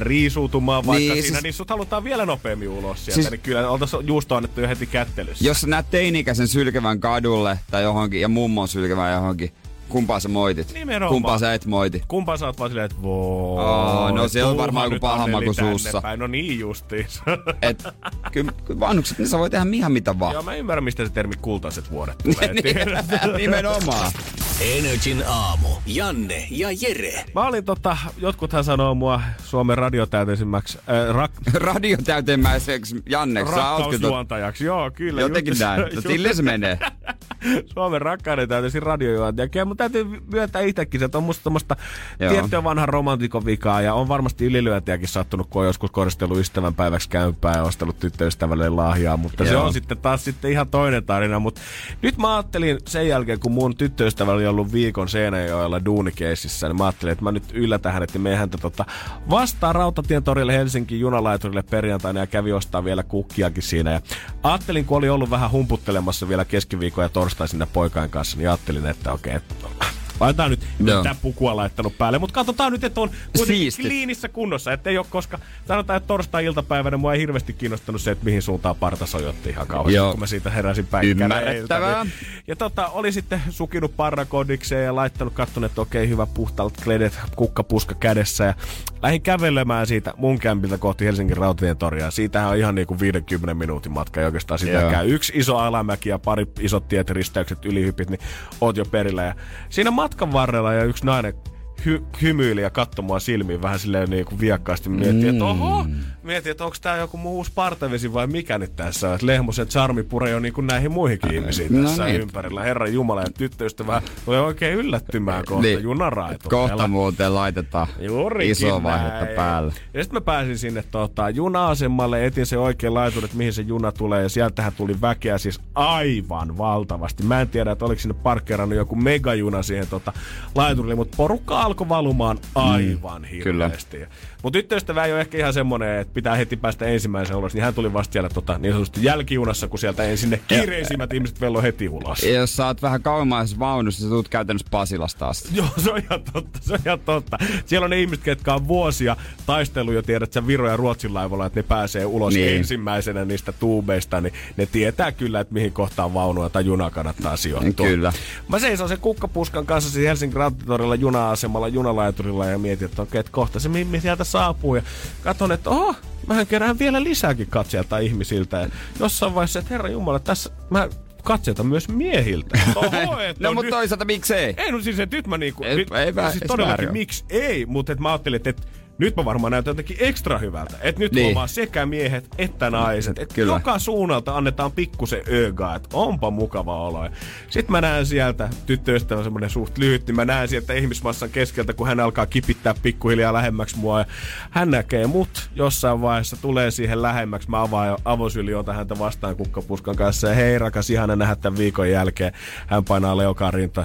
uusiutumaan vaikka niin, siinä, siis... niin sut halutaan vielä nopeammin ulos sieltä. Siis... Niin kyllä oltaisiin juusto annettu jo heti kättelyssä. Jos sä näet teini-ikäisen sylkevän kadulle tai johonkin ja mummon sylkevän johonkin, kumpaa sä moitit? Nimenomaan. Kumpaa sä et moiti? Kumpaa sä oot vaan silleen, että voo. Oh, no se on varmaan joku paha maku suussa. No niin justiis. Et, kyllä vanhukset, niin sä voi tehdä ihan mitä vaan. Joo, mä ymmärrän, mistä se termi kultaiset vuodet tulee. Nimenomaan. N R J:n aamu. Janne ja Jere. Mä olin tota, jotkuthan sanoo mua Suomen radiotäyteisimmäksi, äh, rak- radiotäyteisimmäiseksi Janneksi. Rakkausjuontajaksi, joo kyllä. Jotenkin näin, no sille se menee. Suomen rakkauden täyteisin radiojuontaja. Mun täytyy myöntää itsekin, että on musta tommoista tiettyä vanhan romantikon vikaa ja on varmasti ylilyöntiäkin sattunut, kun on joskus koristellut ystävänpäiväksi käympää ja ostellut tyttöystävälle lahjaa, mutta joo. Se on sitten taas sitten ihan toinen tarina. Mutta nyt mä ajattelin sen jälkeen, kun mun tyttöystävä oli ollut viikon Seinäjoella duunikeississä, niin mä ajattelin, että mä nyt yllätän hänet ja menen häntä tota vastaan Rautatien torille Helsingin junalaiturille perjantaina ja kävi ostaa vielä kukkiakin siinä. Ja ajattelin, kun oli ollut vähän humputtelemassa vielä keskiviikon ja torstaisin poikain kanssa, niin ajattelin, että okei, okay, laitetaan nyt no. Mitä pukua laittanut päälle, mutta katsotaan nyt, että on kuitenkin kliinissä kunnossa, ettei ole, koska sanotaan, että torstai-iltapäivänä mua ei hirveästi kiinnostanut se, että mihin suuntaan parta sojotti ihan kauheasti, joo. Kun mä siitä heräsin päikkäreiltä. Ja tota, oli sitten sukinut parrakodikseen ja laittanut, katsonut, että okei, hyvä puhtaalta kledet, kukkapuska kädessä ja lähdin kävelemään siitä mun kämpiltä kohti Helsingin Rautatien toria. Siitähän on ihan niinku viidenkymmenen minuutin matka ja oikeastaan sitäkään. Yksi iso alamäki ja pari isot tiet, risteykset, ylihypit, niin oot jo perillä. Ja siinä matkan varrella ja yksi nainen hy- hymyili ja katsoi mua silmiin vähän silleen niin kuin viekkaasti. Mietin, mm. että oho, mietin, että onko tää joku muu uusi partavesi vai mikä nyt tässä on. Että Lehmosen charmi puree jo niin kuin näihin muihinkin ihmisiin tässä no niin. Ympärillä. Herran Jumala ja tyttöystävä tulee oikein yllättymään kohta niin. Junaraitolla. Kohta muuten laitetaan iso vaihetta päälle. Ja sitten mä pääsin sinne tota, juna-asemalle, etin se oikein laituri, että mihin se juna tulee. Ja sieltähän tuli väkeä siis aivan valtavasti. Mä en tiedä, että oliko sinne parkkeerannut joku megajuna siihen tota, laiturille, mutta porukka alkoi valumaan aivan mm, hirveästi. Mutta tyttöystävä ei ole ehkä ihan semmonen, että pitää heti päästä ensimmäisen ulos, niin hän tuli vasta siellä tota, niin sanotusti jälkijunassa, kun sieltä ensin ne kiireisimmät ihmiset velloi heti ulos. Ja jos sä oot vähän kauemmaisessa vaunussa, sä tulet käytännössä Pasilasta asti. Joo, se on ihan totta, se on ihan totta. Siellä on ne ihmiset, jotka on vuosia taistellut jo, tiedät sä Viro ja Ruotsin laivalla, että ne pääsee ulos niin. ensimmäisenä niistä tuubeista, niin ne tietää kyllä, että mihin kohtaan vaunua tai junaa kannattaa sijoittua. Kyllä. Mä seison sen kukkapuskan kanssa siis Helsingin Rautatorilla juna-asemalla junalaiturilla ja mietin, että okei, että kohta se mimmi sieltä saapuu ja katson, että oho, mähän kerään vielä lisääkin katseelta ihmisiltä ja jossain vaiheessa, että herra jumala, tässä mä katseelta myös miehiltä. Oho, et no mutta toisaalta miksei? Ei, no siis, että nyt mä niinku, ei, nyt, ei, siis todellakin miksi ei, mutta mä ajattelin, että nyt mä varmaan näytän jotenkin ekstra hyvältä. Että nyt niin. on sekä miehet että naiset. Että joka suunnalta annetaan pikkusen ögaa, että onpa mukava olo. Sitten mä näen sieltä, tyttöystävä semmonen suht lyhyt, niin mä näen sieltä ihmismassan keskeltä, kun hän alkaa kipittää pikkuhiljaa lähemmäksi mua. Ja hän näkee mut jossain vaiheessa, tulee siihen lähemmäksi. Mä avaan avosyli, otan häntä vastaan kukkapuskan kanssa. Ja hei rakas, ihana nähdä tämän viikon jälkeen. Hän painaa leukaan rinta.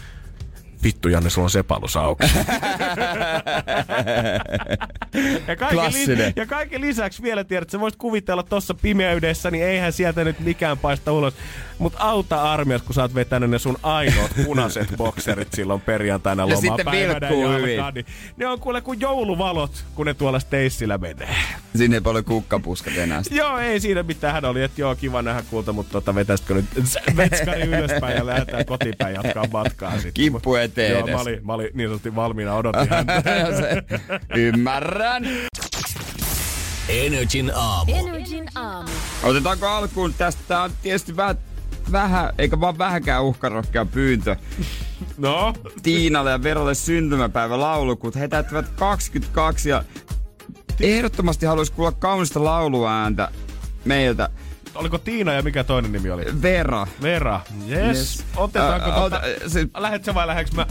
Vittu Janne, sulla on sepalus auki. ja, kaiken li- ja kaiken lisäksi vielä tiedät, että sä voisit kuvitella tossa pimeydessä, niin eihän sieltä nyt mikään paista ulos. Mut auta armias, kun sä oot vetänyt ne sun ainoat punaiset bokserit silloin perjantaina lomapäivänä. Niin ne on kuule kuin jouluvalot, kun ne tuolla Stacella menee. Sinne ei paljon kukkapuskat enää. Joo, ei siinä mitään. Hän oli, että joo, kiva nähdä kulta, mutta tota, vetäisitkö nyt vetskari ylöspäin ja lähdetään kotipäin jatkaa matkaa sitten. Kippu eteen joo, mä olin, mä olin niin sanotusti valmiina, odotin häntä. Ymmärrän. N R J:n aamu. N R J:n aamu. Otetaanko alkuun tästä? Tää on tietysti vähän, vähän eikä vaan vähänkään uhkarohkea pyyntö. No? Tiinalle ja Verolle syntymäpäivä laulukut. He täyttävät kaksikymmentäkaksi ja ehdottomasti haluaisi kuulla kaunista lauluääntä meiltä. Oliko Tiina ja mikä toinen nimi oli? Vera. Vera. Yes. yes. Otetaanko uh, tota... Se... Lähet sä vai läheks mä?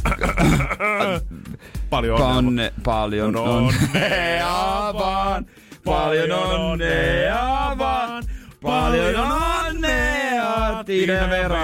Paljon onnea. Panne, paljon onnea vaan. Paljon onnea vaan. Paljon onnea, Tiina ja Vera.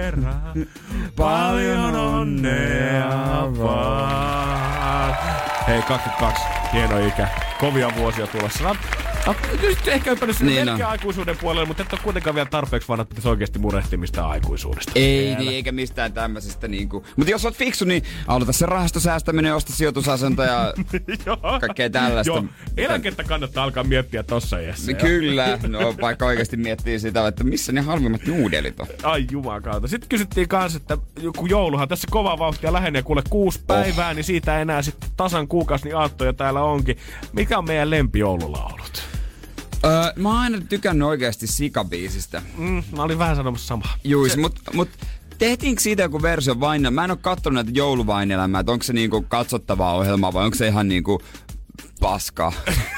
Paljon onnea vaan. Hei, kaksikymmentäkaksi. Hieno ikä. Kovia vuosia tulossa. Nyt ehkä ympärillä sinne Niin melkein on. aikuisuuden puolelle, mutta et ole kuitenkaan vielä tarpeeksi vanha, että pitäisi oikeasti murehtia mistään aikuisuudesta. Ei vielä. niin, eikä mistään tämmöisestä niinku. Mutta jos oot fiksu, niin aloita se rahastosäästäminen, osta sijoitusasunto ja kaikkea tällaista. Joo, eläkettä kannattaa alkaa miettiä tossa iässä. Kyllä, no vaikka oikeasti miettii sitä, että missä ne halvimmat nuudelit on. Ai jumakauta. Sitten kysyttiin kanssa, että kun jouluhan tässä kovaa vauhtia lähenee kuule kuusi päivää, oh. niin siitä enää sitten tasan kuukausi niin aattoja täällä onkin. Mikä on meidän lempijoululaulut? Öö, mä oon aina tykännyt oikeasti Sika-biisistä. Mm, mä olin vähän sanomassa samaa. Juis, mut, mut tehtiinkö siitä joku versio vain? Mä en oo kattonut näitä jouluvainelämää, että onko se niinku katsottavaa ohjelmaa vai onko se ihan niinku paskaa?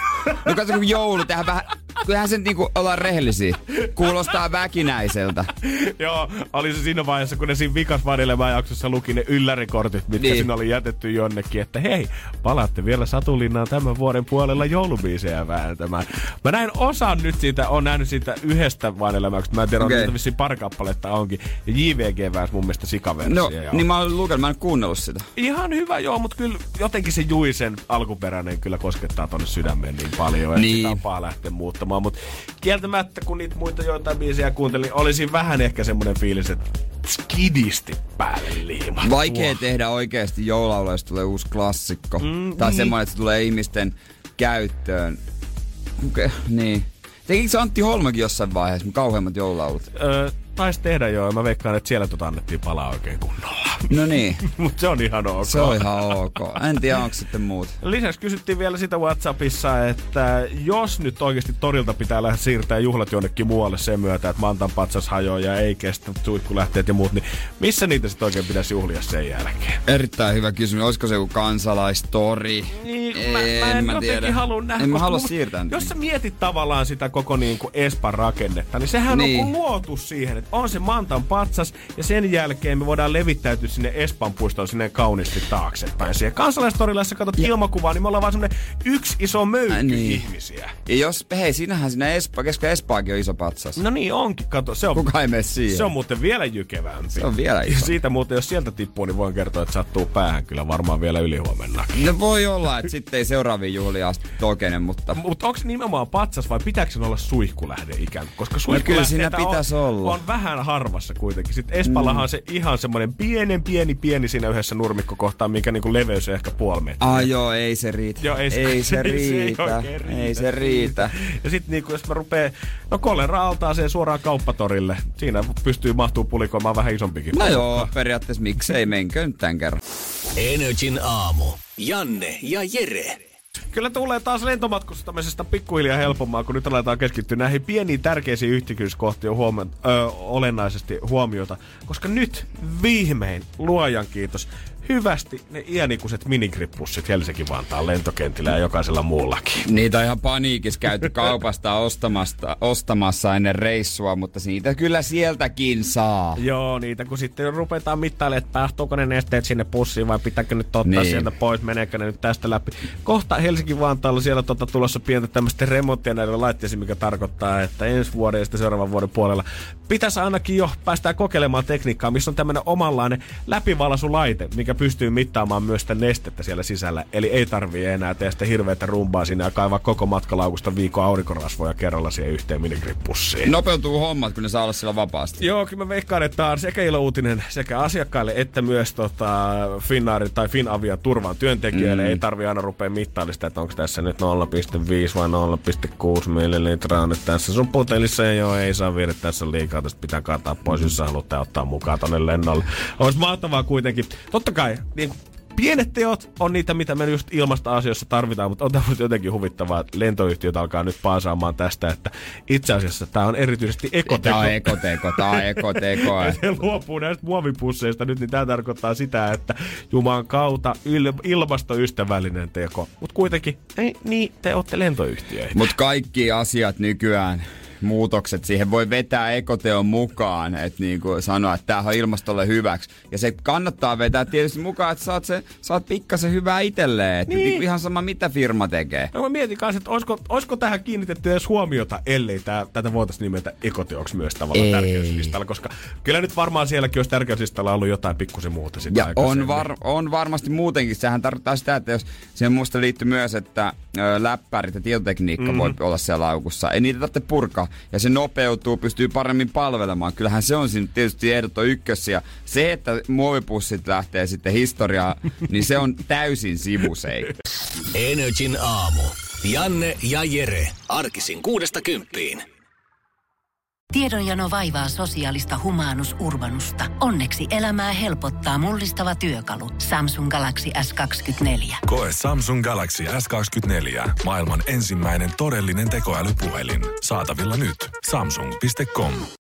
No katso, kun joulu tehdään vähän, kyllähän sen niinku ollaan rehellisiä. Kuulostaa väkinäiseltä. Joo, oli se siinä vaiheessa, kun ne siinä vikas vanilevään jaksossa luki ne yllärikortit, mitkä niin. sinne oli jätetty jonnekin, että hei, palaatte vielä Satulinnaan tämän vuoden puolella joulubiisejä vääntämään. Mä näin osan nyt siitä, on nähnyt siitä yhdestä vanileväästä, mä en tiedä, okay. niitä vissiin pari kappaletta onkin, ja J V G väänsi mun mielestä Sika-versio. No, niin mä oon lukenut, mä en kuunnellut sitä. Ihan hyvä, joo, mutta kyllä jotenkin se Juisen alkuperäinen kyllä koskettaa tonne sydämeen niin paljon, että niin. sitä on paha lähteä muuttamaan, mutta kieltämättä kun niitä muita joitain biisejä kuuntelin, olisi vähän ehkä semmoinen fiilis, että skidisti päälle liimattua. Vaikea tehdä oikeasti joululauluja, jos tulee uusi klassikko. Mm, tai niin. semmoinen, että se tulee ihmisten käyttöön. Okay, niin. Tekikö se Antti Holmakin jossain vaiheessa kauheimmat joululaulut? Öö, taisi tehdä joo, ja mä veikkaan, että siellä tota annettiin palaa oikein kunnolla. No niin. Mut se on ihan ok. Se on ihan ok. En tiedä, onko sitten muut. Lisäksi kysyttiin vielä sitä WhatsAppissa, että jos nyt oikeasti torilta pitää lähteä siirtää juhlat jonnekin muualle sen myötä, että Mantan patsas hajoaa ja ei kestä suihkulähteet ja muut, niin missä niitä sitten oikein pitäisi juhlia sen jälkeen? Erittäin hyvä kysymys. Olisiko se joku kansalaistori? Niin, en, mä, mä en mä jotenkin halua nähdä. En mä halua mun, siirtää. Jos sä mietit tavallaan sitä koko niin kuin Espan rakennetta, niin sehän niin. on luotu siihen, että on se Mantan patsas ja sen jälkeen me voidaan levittäytyä sinne Espan puistoon sinne kauniisti taaksepäin. Siellä kansalaistorilla, jos sä katsot ja. ilmakuvaa, niin me ollaan vaan semmonen yksi iso möykky äh, niin. ihmisiä. Ja jos, hei, sinähän siinä Espa, keska Espaakin on iso patsas. No niin onkin, kato. Se on, kuka ei mene siihen? Se on muuten vielä jykevämpi. Se on vielä iso. Ja siitä muuten, jos sieltä tippuu, niin voin kertoa, että sattuu päähän kyllä varmaan vielä ylihuomennakin. No voi olla, että sitten ei seuraaviin juhliin asti tokenen, mutta... Mutta onko nimenomaan patsas vai pitääkö sen olla suihkulähde ikään kuin? Koska suihkulähteitä no on, on vähän harvassa kuitenkin. Sitten Espallahan mm. on se ihan semmoinen pienen, pieni, pieni siinä yhdessä nurmikkokohtaan, minkä niinku leveys on ehkä puoli metriä. Ah joo, ei se riitä. Joo, ei, ei se, se riitä. Se ei, riitä. ei se riitä. Ja sit niinku, jos mä rupeen, no kolera altaaseen suoraan kauppatorille, siinä pystyy mahtuu pulikoimaan vähän isompikin. No joo, periaatteessa miksei, menkö nyt tän kerran. Energin aamu. Janne ja Jere. Kyllä tulee taas lentomatkustamisesta pikkuhiljaa helpommaa, kun nyt aletaan keskittyä näihin pieniin tärkeisiin yhtikyskohtiin huomen, ö, olennaisesti huomiota. Koska nyt viimein, luojan kiitos, hyvästi ne iänikuiset minigrippussit Helsinki-Vantaan lentokentillä ja jokaisella muullakin. Niitä on ihan paniikissa käyty kaupasta ostamasta, ostamassa ennen reissua, mutta siitä kyllä sieltäkin saa. Joo, niitä kun sitten rupetaan mittailemaan, että päähtuuko ne nesteet sinne pussiin vai pitääkö nyt ottaa niin. sieltä pois, meneekö ne nyt tästä läpi. Kohta Helsinki-Vantaalla siellä tota tulossa pientä tämmöistä remonttia näille laitteisiin, mikä tarkoittaa, että ensi vuoden ja sitten seuraavan vuoden puolella pitäisi ainakin jo päästään kokeilemaan tekniikkaa, missä on tämmöinen omanlainen läpivalaisulaite, mikä pystyy mittaamaan myös sitä nestettä siellä sisällä. Eli ei tarvii enää tehdä sitä hirveätä rumbaa sinne ja kaivaa koko matkalaukusta viikon aurinkorasvoja kerralla siihen yhteen minigrippussiin. Nopeutuu hommat, kun ne saa olla siellä vapaasti. Joo, kyllä mä veikkaan, että on sekä ilouutinen sekä asiakkaille että myös tota, Finnairin tai Finavian turvan työntekijöille. Mm. Ei tarvii aina rupea mittailla sitä, että onko tässä nyt nolla pilkku viisi vai nolla pilkku kuusi millilitraa nyt tässä sun putelissa. Ja joo, ei saa viedä tässä liikaa, tästä pitää kaataa pois, mm. jos sä haluat ottaa mukaan tonne lennolle. Olisi mahtavaa kuitenkin. Totta kai, niin pienet teot on niitä, mitä me just ilmasto-asioissa tarvitaan, mutta on tämmöistä jotenkin huvittavaa, että lentoyhtiöt alkaa nyt paasaamaan tästä, että itse asiassa tämä on erityisesti ekoteko. Tämä on ekoteko, tämä on ekoteko. Ja se luopuu näistä muovipusseista nyt, niin tämä tarkoittaa sitä, että Jumalan kautta il- ilmastoystävällinen teko. Mutta kuitenkin, ei, niin, te olette lentoyhtiöitä. Mutta kaikki asiat nykyään muutokset siihen voi vetää ekoteon mukaan, että niinku sanoa, että tämähän on ilmastolle hyväksi. Ja se kannattaa vetää tietysti mukaan, että saat, se, saat pikkasen hyvää itselleen. Että niin. Ihan sama, mitä firma tekee. No mä mietin kanssa, että olisiko, olisiko tähän kiinnitetty edes huomiota, ellei tää, tätä voitaisiin nimetä ekoteoksi myös tavallaan Ei. tärkeyslistalla, koska kyllä nyt varmaan sielläkin olisi tärkeyslistalla ollut jotain pikkusen muuta sitä. Ja on, var, on varmasti muutenkin. Sehän tarkoittaa sitä, että jos siihen musta liittyy myös, että ö, läppärit ja tietotekniikka mm-hmm. voi olla siellä laukussa. Ei niitä tarvitse purkaa. Ja se nopeutuu, pystyy paremmin palvelemaan. Kyllähän se on siinä tietysti ehdotto ykkös. Ja se, että muovipussit lähtee sitten historiaan, niin se on täysin sivuseikka. Energin aamu. Janne ja Jere. Arkisin kuudesta kymppiin. Tiedonjano vaivaa sosiaalista humanus urbanusta. Onneksi elämää helpottaa mullistava työkalu. Samsung Galaxy S kaksikymmentäneljä. Koe Samsung Galaxy S kaksikymmentäneljä. Maailman ensimmäinen todellinen tekoälypuhelin. Saatavilla nyt. Samsung piste com.